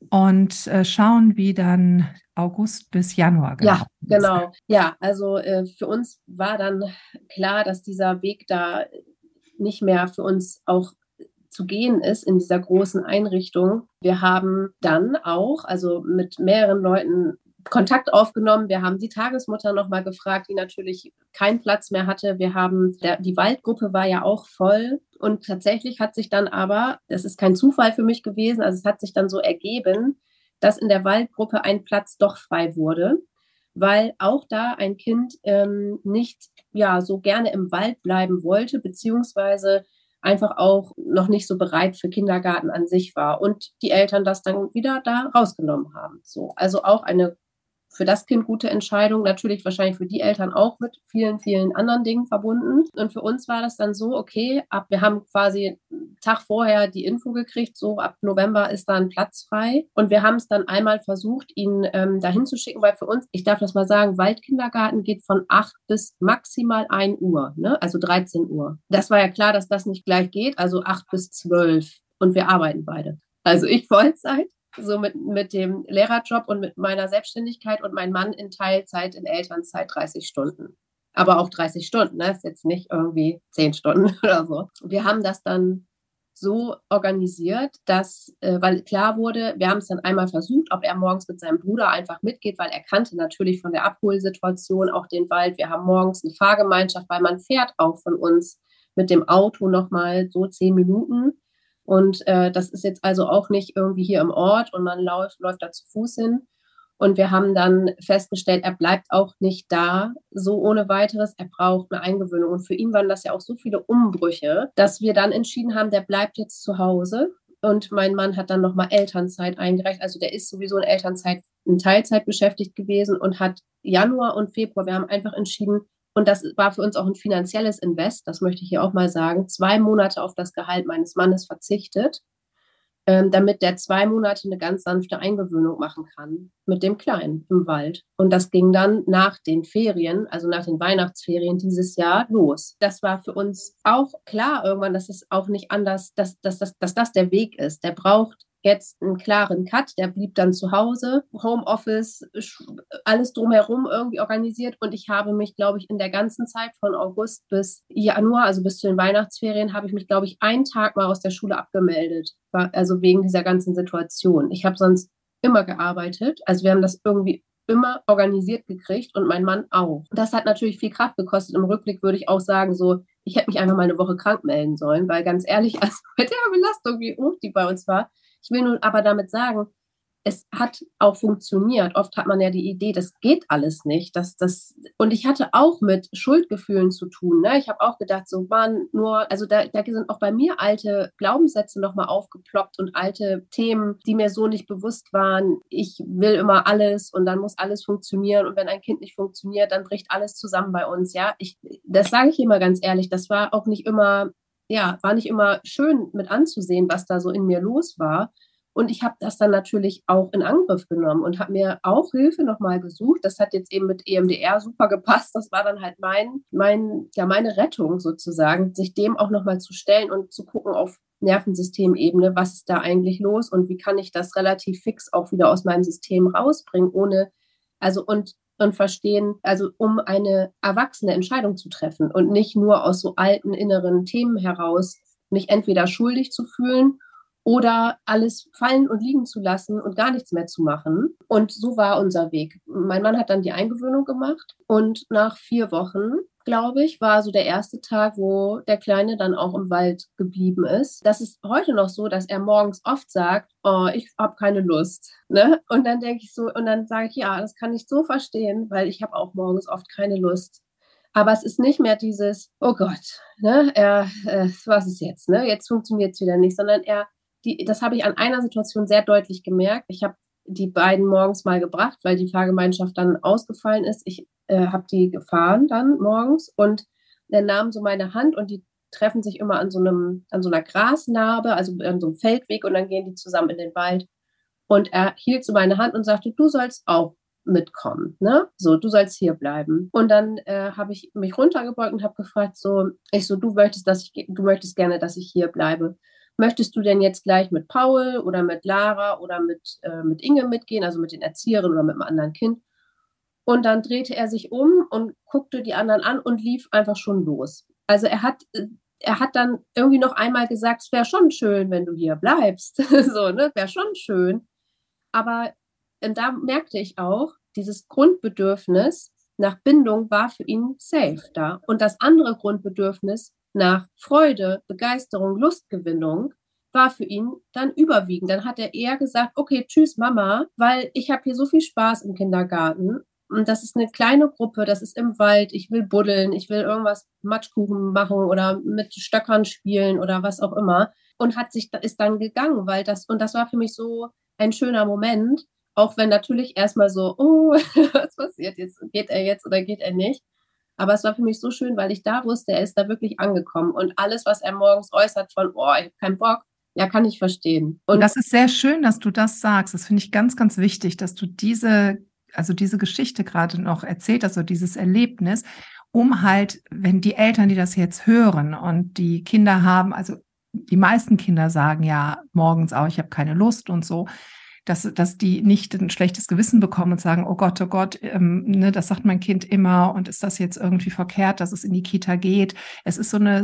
S1: und schauen, wie dann August bis Januar gelaufen ist.
S2: Ja, genau. Ja, also für uns war dann klar, dass dieser Weg da nicht mehr für uns auch zu gehen ist in dieser großen Einrichtung. Wir haben dann auch, also mit mehreren Leuten Kontakt aufgenommen. Wir haben die Tagesmutter nochmal gefragt, die natürlich keinen Platz mehr hatte. Die Waldgruppe war ja auch voll. Und tatsächlich hat sich dann aber, das ist kein Zufall für mich gewesen, also es hat sich dann so ergeben, dass in der Waldgruppe ein Platz doch frei wurde, weil auch da ein Kind nicht so gerne im Wald bleiben wollte, beziehungsweise einfach auch noch nicht so bereit für Kindergarten an sich war und die Eltern das dann wieder da rausgenommen haben. So, also auch eine für das Kind gute Entscheidung, natürlich wahrscheinlich für die Eltern auch mit vielen, vielen anderen Dingen verbunden. Und für uns war das dann so, okay, wir haben quasi einen Tag vorher die Info gekriegt, so ab November ist da ein Platz frei. Und wir haben es dann einmal versucht, ihn dahin zu schicken, weil für uns, ich darf das mal sagen, Waldkindergarten geht von 8 bis maximal 1 Uhr, ne? Also 13 Uhr. Das war ja klar, dass das nicht gleich geht, also 8 bis 12. Und wir arbeiten beide. Also ich Vollzeit, so mit dem Lehrerjob und mit meiner Selbstständigkeit und mein Mann in Teilzeit, in Elternzeit 30 Stunden. Aber auch 30 Stunden, ne? Ist jetzt nicht irgendwie 10 Stunden oder so. Wir haben das dann so organisiert, dass, weil klar wurde, wir haben es dann einmal versucht, ob er morgens mit seinem Bruder einfach mitgeht, weil er kannte natürlich von der Abholsituation auch den Wald. Wir haben morgens eine Fahrgemeinschaft, weil man fährt auch von uns mit dem Auto nochmal so 10 Minuten. Und das ist jetzt also auch nicht irgendwie hier im Ort und man läuft da zu Fuß hin. Und wir haben dann festgestellt, er bleibt auch nicht da so ohne weiteres. Er braucht eine Eingewöhnung. Und für ihn waren das ja auch so viele Umbrüche, dass wir dann entschieden haben, der bleibt jetzt zu Hause. Und mein Mann hat dann nochmal Elternzeit eingereicht. Also der ist sowieso in Teilzeit beschäftigt gewesen und hat Januar und Februar, wir haben einfach entschieden, und das war für uns auch ein finanzielles Invest, das möchte ich hier auch mal sagen, 2 Monate auf das Gehalt meines Mannes verzichtet, damit der 2 Monate eine ganz sanfte Eingewöhnung machen kann mit dem Kleinen im Wald. Und das ging dann nach den Ferien, also nach den Weihnachtsferien dieses Jahr los. Das war für uns auch klar irgendwann, dass es auch nicht anders, dass das der Weg ist. Der braucht jetzt einen klaren Cut, der blieb dann zu Hause, Homeoffice, alles drumherum irgendwie organisiert und ich habe mich, glaube ich, in der ganzen Zeit von August bis Januar, also bis zu den Weihnachtsferien, habe ich mich, glaube ich, einen Tag mal aus der Schule abgemeldet, also wegen dieser ganzen Situation. Ich habe sonst immer gearbeitet, also wir haben das irgendwie immer organisiert gekriegt und mein Mann auch. Das hat natürlich viel Kraft gekostet. Im Rückblick würde ich auch sagen, so, ich hätte mich einfach mal eine Woche krank melden sollen, weil ganz ehrlich, also mit der Belastung, wie hoch die bei uns war, ich will nun aber damit sagen, es hat auch funktioniert. Oft hat man ja die Idee, das geht alles nicht. Und ich hatte auch mit Schuldgefühlen zu tun. Ne? Ich habe auch gedacht, so waren nur, also da sind auch bei mir alte Glaubenssätze nochmal aufgeploppt und alte Themen, die mir so nicht bewusst waren. Ich will immer alles und dann muss alles funktionieren. Und wenn ein Kind nicht funktioniert, dann bricht alles zusammen bei uns. Ja, das sage ich immer ganz ehrlich, das war auch nicht immer, ja, war nicht immer schön mit anzusehen, was da so in mir los war. Und ich habe das dann natürlich auch in Angriff genommen und habe mir auch Hilfe nochmal gesucht. Das hat jetzt eben mit EMDR super gepasst. Das war dann halt meine Rettung sozusagen, sich dem auch nochmal zu stellen und zu gucken auf Nervensystemebene, was ist da eigentlich los und wie kann ich das relativ fix auch wieder aus meinem System rausbringen, und verstehen, also um eine erwachsene Entscheidung zu treffen und nicht nur aus so alten inneren Themen heraus, mich entweder schuldig zu fühlen oder alles fallen und liegen zu lassen und gar nichts mehr zu machen. Und so war unser Weg. Mein Mann hat dann die Eingewöhnung gemacht und nach 4 Wochen, glaube ich, war so der erste Tag, wo der Kleine dann auch im Wald geblieben ist. Das ist heute noch so, dass er morgens oft sagt, oh, ich habe keine Lust. Ne? Und dann denke ich so, und dann sage ich, ja, das kann ich so verstehen, weil ich habe auch morgens oft keine Lust. Aber es ist nicht mehr dieses, oh Gott, ne, was ist jetzt, ne? Jetzt funktioniert es wieder nicht, sondern das habe ich an einer Situation sehr deutlich gemerkt. Ich habe die beiden morgens mal gebracht, weil die Fahrgemeinschaft dann ausgefallen ist. Ich habe die gefahren dann morgens und er nahm so meine Hand und die treffen sich immer an so einer Grasnarbe, also an so einem Feldweg und dann gehen die zusammen in den Wald. Und er hielt so meine Hand und sagte, du sollst auch mitkommen, ne? So, du sollst hier bleiben. Und dann habe ich mich runtergebeugt und habe gefragt, du möchtest gerne, dass ich hier bleibe. Möchtest du denn jetzt gleich mit Paul oder mit Lara oder mit Inge mitgehen, also mit den Erzieherinnen oder mit einem anderen Kind? Und dann drehte er sich um und guckte die anderen an und lief einfach schon los. Also er hat dann irgendwie noch einmal gesagt, es wäre schon schön, wenn du hier bleibst. So, ne? Wäre schon schön. Aber da merkte ich auch, dieses Grundbedürfnis nach Bindung war für ihn safe da. Und das andere Grundbedürfnis nach Freude, Begeisterung, Lustgewinnung war für ihn dann überwiegend. Dann hat er eher gesagt, okay, tschüss Mama, weil ich habe hier so viel Spaß im Kindergarten. Und das ist eine kleine Gruppe, das ist im Wald, ich will buddeln, ich will irgendwas Matschkuchen machen oder mit Stöckern spielen oder was auch immer. Und ist dann gegangen, und das war für mich so ein schöner Moment, auch wenn natürlich erstmal so, oh, was passiert jetzt? Geht er jetzt oder geht er nicht? Aber es war für mich so schön, weil ich da wusste, er ist da wirklich angekommen. Und alles, was er morgens äußert von, oh, ich habe keinen Bock, ja, kann ich verstehen.
S1: Und das ist sehr schön, dass du das sagst. Das finde ich ganz, ganz wichtig, dass du diese Geschichte gerade noch erzählt hast, also dieses Erlebnis, um halt, wenn die Eltern, die das jetzt hören und die Kinder haben, also die meisten Kinder sagen ja morgens auch, ich habe keine Lust und so, dass die nicht ein schlechtes Gewissen bekommen und sagen, oh Gott, ne, das sagt mein Kind immer und ist das jetzt irgendwie verkehrt, dass es in die Kita geht? Es ist so ein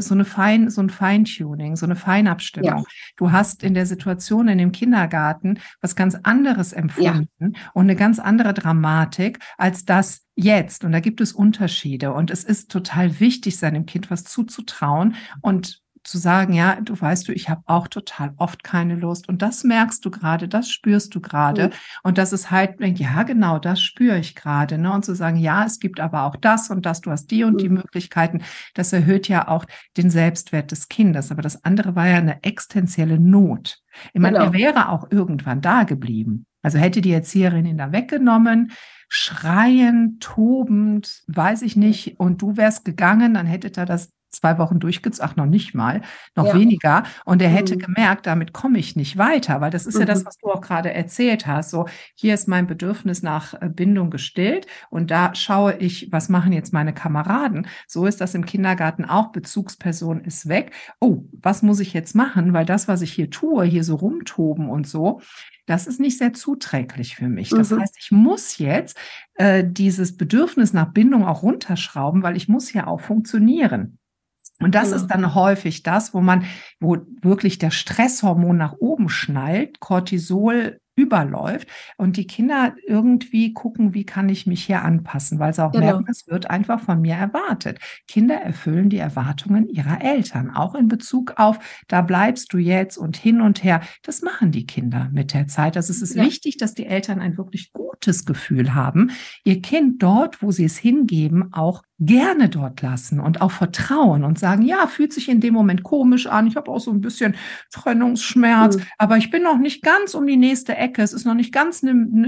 S1: Feintuning, so eine Feinabstimmung. Ja. Du hast in der Situation in dem Kindergarten was ganz anderes empfunden und eine ganz andere Dramatik als das jetzt. Und da gibt es Unterschiede und es ist total wichtig, seinem Kind was zuzutrauen und zu sagen, ja, ich habe auch total oft keine Lust und das merkst du gerade, das spürst du gerade und das ist halt, ja, genau, das spüre ich gerade, ne? Und zu sagen, ja, es gibt aber auch das und das, du hast die und die Möglichkeiten, das erhöht ja auch den Selbstwert des Kindes, aber das andere war ja eine existenzielle Not. Ich meine, er wäre auch irgendwann da geblieben. Also hätte die Erzieherin ihn da weggenommen, schreiend, tobend, weiß ich nicht, und du wärst gegangen, dann hättet ihr das 2 Wochen durchgezogen, noch nicht mal, noch weniger. Und er hätte gemerkt, damit komme ich nicht weiter, weil das ist ja das, was du auch gerade erzählt hast. So, hier ist mein Bedürfnis nach Bindung gestillt und da schaue ich, was machen jetzt meine Kameraden? So ist das im Kindergarten auch. Bezugsperson ist weg. Oh, was muss ich jetzt machen? Weil das, was ich hier tue, hier so rumtoben und so, das ist nicht sehr zuträglich für mich. Das heißt, ich muss jetzt dieses Bedürfnis nach Bindung auch runterschrauben, weil ich muss ja auch funktionieren. Und das ist dann häufig das, wo wirklich der Stresshormon nach oben schnallt, Cortisol überläuft und die Kinder irgendwie gucken, wie kann ich mich hier anpassen, weil sie auch merken, es wird einfach von mir erwartet. Kinder erfüllen die Erwartungen ihrer Eltern, auch in Bezug auf, da bleibst du jetzt und hin und her. Das machen die Kinder mit der Zeit. Also es ist wichtig, dass die Eltern ein wirklich gutes Gefühl haben, ihr Kind dort, wo sie es hingeben, auch gerne dort lassen und auch vertrauen und sagen, ja, fühlt sich in dem Moment komisch an, ich habe auch so ein bisschen Trennungsschmerz, aber ich bin noch nicht ganz um die nächste Ecke, es ist noch nicht ganz,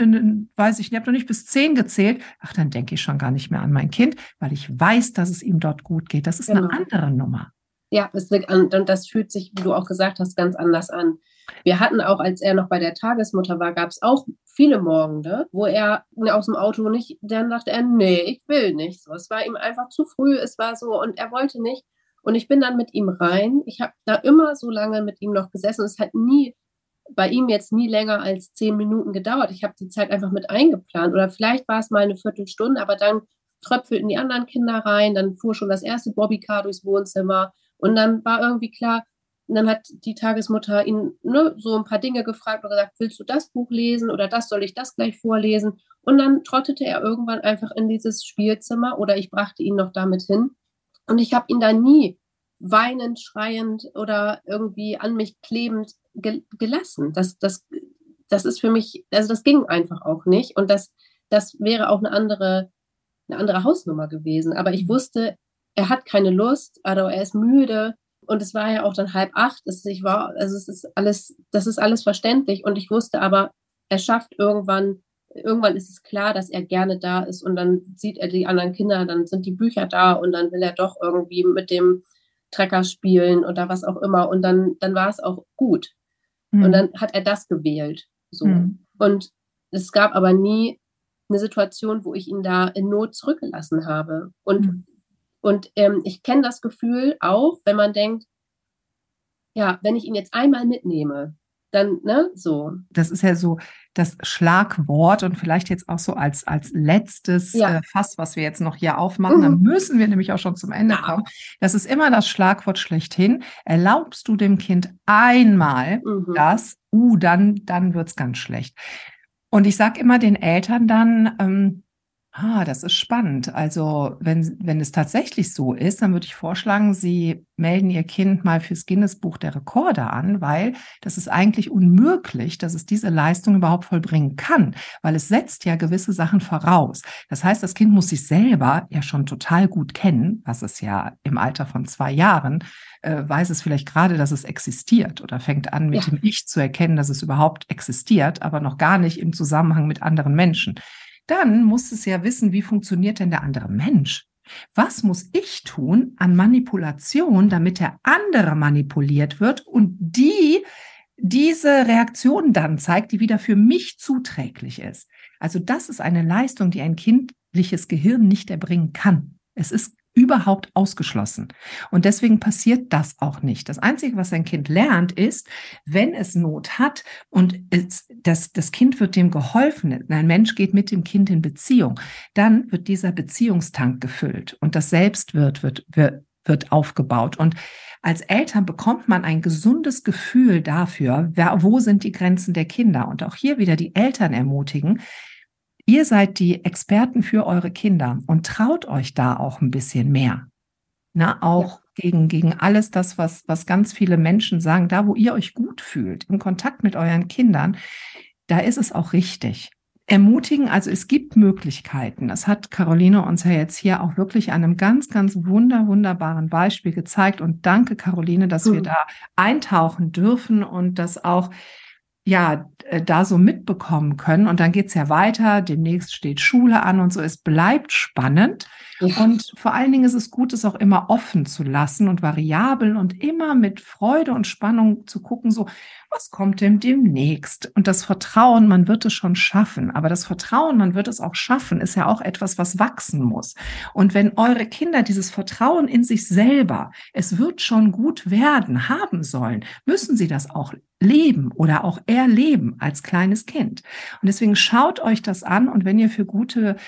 S1: weiß ich habe noch nicht bis 10 gezählt, ach, dann denke ich schon gar nicht mehr an mein Kind, weil ich weiß, dass es ihm dort gut geht. Das ist eine andere Nummer.
S2: Ja, und das fühlt sich, wie du auch gesagt hast, ganz anders an. Wir hatten auch, als er noch bei der Tagesmutter war, gab es auch viele Morgende, wo er aus dem Auto nicht, dann dachte er, nee, ich will nicht. So, es war ihm einfach zu früh, es war so und er wollte nicht. Und ich bin dann mit ihm rein. Ich habe da immer so lange mit ihm noch gesessen. Es hat bei ihm jetzt nie länger als 10 Minuten gedauert. Ich habe die Zeit einfach mit eingeplant. Oder vielleicht war es mal eine Viertelstunde, aber dann tröpfelten die anderen Kinder rein. Dann fuhr schon das erste Bobbycar durchs Wohnzimmer. Und dann war irgendwie klar, und dann hat die Tagesmutter ihn so ein paar Dinge gefragt und gesagt, willst du das Buch lesen oder soll ich das gleich vorlesen? Und dann trottete er irgendwann einfach in dieses Spielzimmer oder ich brachte ihn noch damit hin. Und ich habe ihn da nie weinend, schreiend oder irgendwie an mich klebend gelassen. Das ist für mich, also das ging einfach auch nicht. Und das wäre auch eine andere Hausnummer gewesen. Aber ich wusste, er hat keine Lust, also er ist müde. Und es war ja auch dann 7:30. Das ist alles verständlich. Und ich wusste aber, er schafft irgendwann ist es klar, dass er gerne da ist. Und dann sieht er die anderen Kinder, dann sind die Bücher da und dann will er doch irgendwie mit dem Trecker spielen oder was auch immer. Und dann war es auch gut. Und dann hat er das gewählt. So. Und es gab aber nie eine Situation, wo ich ihn da in Not zurückgelassen habe. Und ich kenne das Gefühl auch, wenn man denkt, ja, wenn ich ihn jetzt einmal mitnehme, dann, ne, so.
S1: Das ist ja so das Schlagwort und vielleicht jetzt auch so als letztes Fass, was wir jetzt noch hier aufmachen, dann müssen wir nämlich auch schon zum Ende kommen. Das ist immer das Schlagwort schlechthin. Erlaubst du dem Kind einmal das, dann wird es ganz schlecht. Und ich sage immer den Eltern dann, das ist spannend. Also wenn es tatsächlich so ist, dann würde ich vorschlagen, Sie melden Ihr Kind mal fürs Guinness-Buch der Rekorde an, weil das ist eigentlich unmöglich, dass es diese Leistung überhaupt vollbringen kann, weil es setzt ja gewisse Sachen voraus. Das heißt, das Kind muss sich selber ja schon total gut kennen, was es ja im Alter von 2 Jahren weiß es vielleicht gerade, dass es existiert oder fängt an, mit dem Ich zu erkennen, dass es überhaupt existiert, aber noch gar nicht im Zusammenhang mit anderen Menschen. Dann muss es ja wissen, wie funktioniert denn der andere Mensch? Was muss ich tun an Manipulation, damit der andere manipuliert wird und diese Reaktion dann zeigt, die wieder für mich zuträglich ist? Also das ist eine Leistung, die ein kindliches Gehirn nicht erbringen kann. Es ist überhaupt ausgeschlossen. Und deswegen passiert das auch nicht. Das Einzige, was ein Kind lernt, ist, wenn es Not hat und das Kind wird dem geholfen, ein Mensch geht mit dem Kind in Beziehung, dann wird dieser Beziehungstank gefüllt und das Selbstwert wird aufgebaut. Und als Eltern bekommt man ein gesundes Gefühl dafür, wo sind die Grenzen der Kinder. Und auch hier wieder die Eltern ermutigen, ihr seid die Experten für eure Kinder und traut euch da auch ein bisschen mehr. Auch gegen alles das, was ganz viele Menschen sagen, da wo ihr euch gut fühlt, im Kontakt mit euren Kindern, da ist es auch richtig. Ermutigen, also es gibt Möglichkeiten. Das hat Caroline uns ja jetzt hier auch wirklich an einem ganz, ganz wunderbaren Beispiel gezeigt. Und danke, Caroline, dass wir da eintauchen dürfen und das auch da so mitbekommen können. Und dann geht's ja weiter. Demnächst steht Schule an und so. Es bleibt spannend. Ja. Und vor allen Dingen ist es gut, es auch immer offen zu lassen und variabel und immer mit Freude und Spannung zu gucken, so, was kommt denn demnächst? Und das Vertrauen, man wird es schon schaffen. Aber das Vertrauen, man wird es auch schaffen, ist ja auch etwas, was wachsen muss. Und wenn eure Kinder dieses Vertrauen in sich selber, es wird schon gut werden, haben sollen, müssen sie das auch leben oder auch erleben als kleines Kind. Und deswegen schaut euch das an und wenn ihr für gute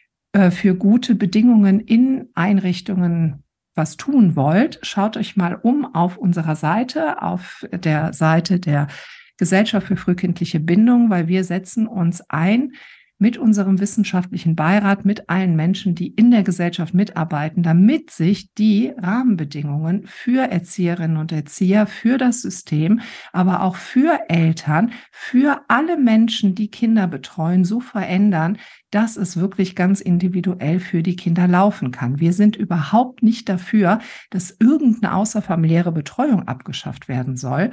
S1: Bedingungen in Einrichtungen was tun wollt, schaut euch mal auf unserer Seite, auf der Seite der Gesellschaft für frühkindliche Bindung, weil wir setzen uns ein mit unserem wissenschaftlichen Beirat, mit allen Menschen, die in der Gesellschaft mitarbeiten, damit sich die Rahmenbedingungen für Erzieherinnen und Erzieher, für das System, aber auch für Eltern, für alle Menschen, die Kinder betreuen, so verändern, dass es wirklich ganz individuell für die Kinder laufen kann. Wir sind überhaupt nicht dafür, dass irgendeine außerfamiliäre Betreuung abgeschafft werden soll.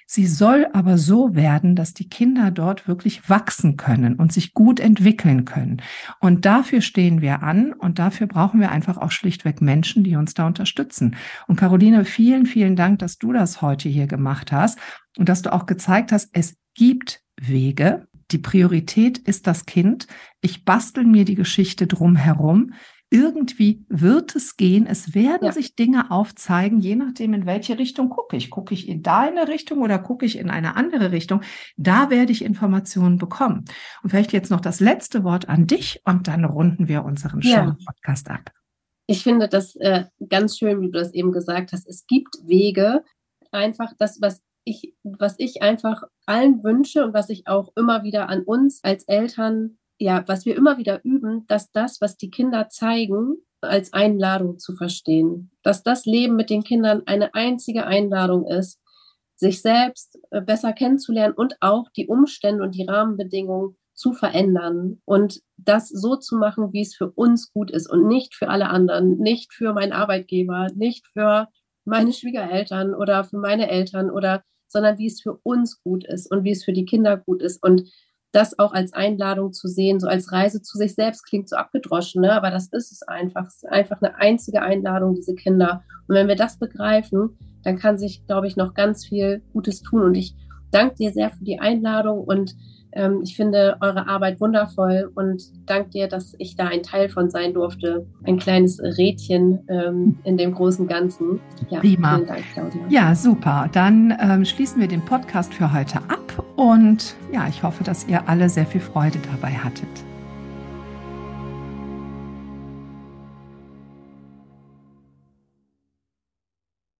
S1: Sie soll aber so werden, dass die Kinder dort wirklich wachsen können und sich gut entwickeln können. Und dafür stehen wir an und dafür brauchen wir einfach auch schlichtweg Menschen, die uns da unterstützen. Und Caroline, vielen, vielen Dank, dass du das heute hier gemacht hast und dass du auch gezeigt hast, es gibt Wege. Die Priorität ist das Kind. Ich bastel mir die Geschichte drumherum. Irgendwie wird es gehen. Es werden sich Dinge aufzeigen, je nachdem, in welche Richtung gucke ich. Gucke ich in deine Richtung oder gucke ich in eine andere Richtung? Da werde ich Informationen bekommen. Und vielleicht jetzt noch das letzte Wort an dich und dann runden wir unseren Show-Podcast ab.
S2: Ich finde das ganz schön, wie du das eben gesagt hast. Es gibt Wege, einfach das, was ich einfach allen wünsche und was ich auch immer wieder an uns als Eltern, was wir immer wieder üben, dass das, was die Kinder zeigen, als Einladung zu verstehen. Dass das Leben mit den Kindern eine einzige Einladung ist, sich selbst besser kennenzulernen und auch die Umstände und die Rahmenbedingungen zu verändern und das so zu machen, wie es für uns gut ist und nicht für alle anderen, nicht für meinen Arbeitgeber, nicht für meine Schwiegereltern oder für meine Eltern sondern wie es für uns gut ist und wie es für die Kinder gut ist und das auch als Einladung zu sehen, so als Reise zu sich selbst, klingt so abgedroschen, ne? Aber das ist es einfach. Es ist einfach eine einzige Einladung, diese Kinder. Und wenn wir das begreifen, dann kann sich, glaube ich, noch ganz viel Gutes tun. Und ich danke dir sehr für die Einladung und ich finde eure Arbeit wundervoll und danke dir, dass ich da ein Teil von sein durfte. Ein kleines Rädchen in dem großen Ganzen. Ja,
S1: prima.
S2: Vielen Dank, Claudia.
S1: Ja, super. Dann schließen wir den Podcast für heute ab und ja, ich hoffe, dass ihr alle sehr viel Freude dabei hattet.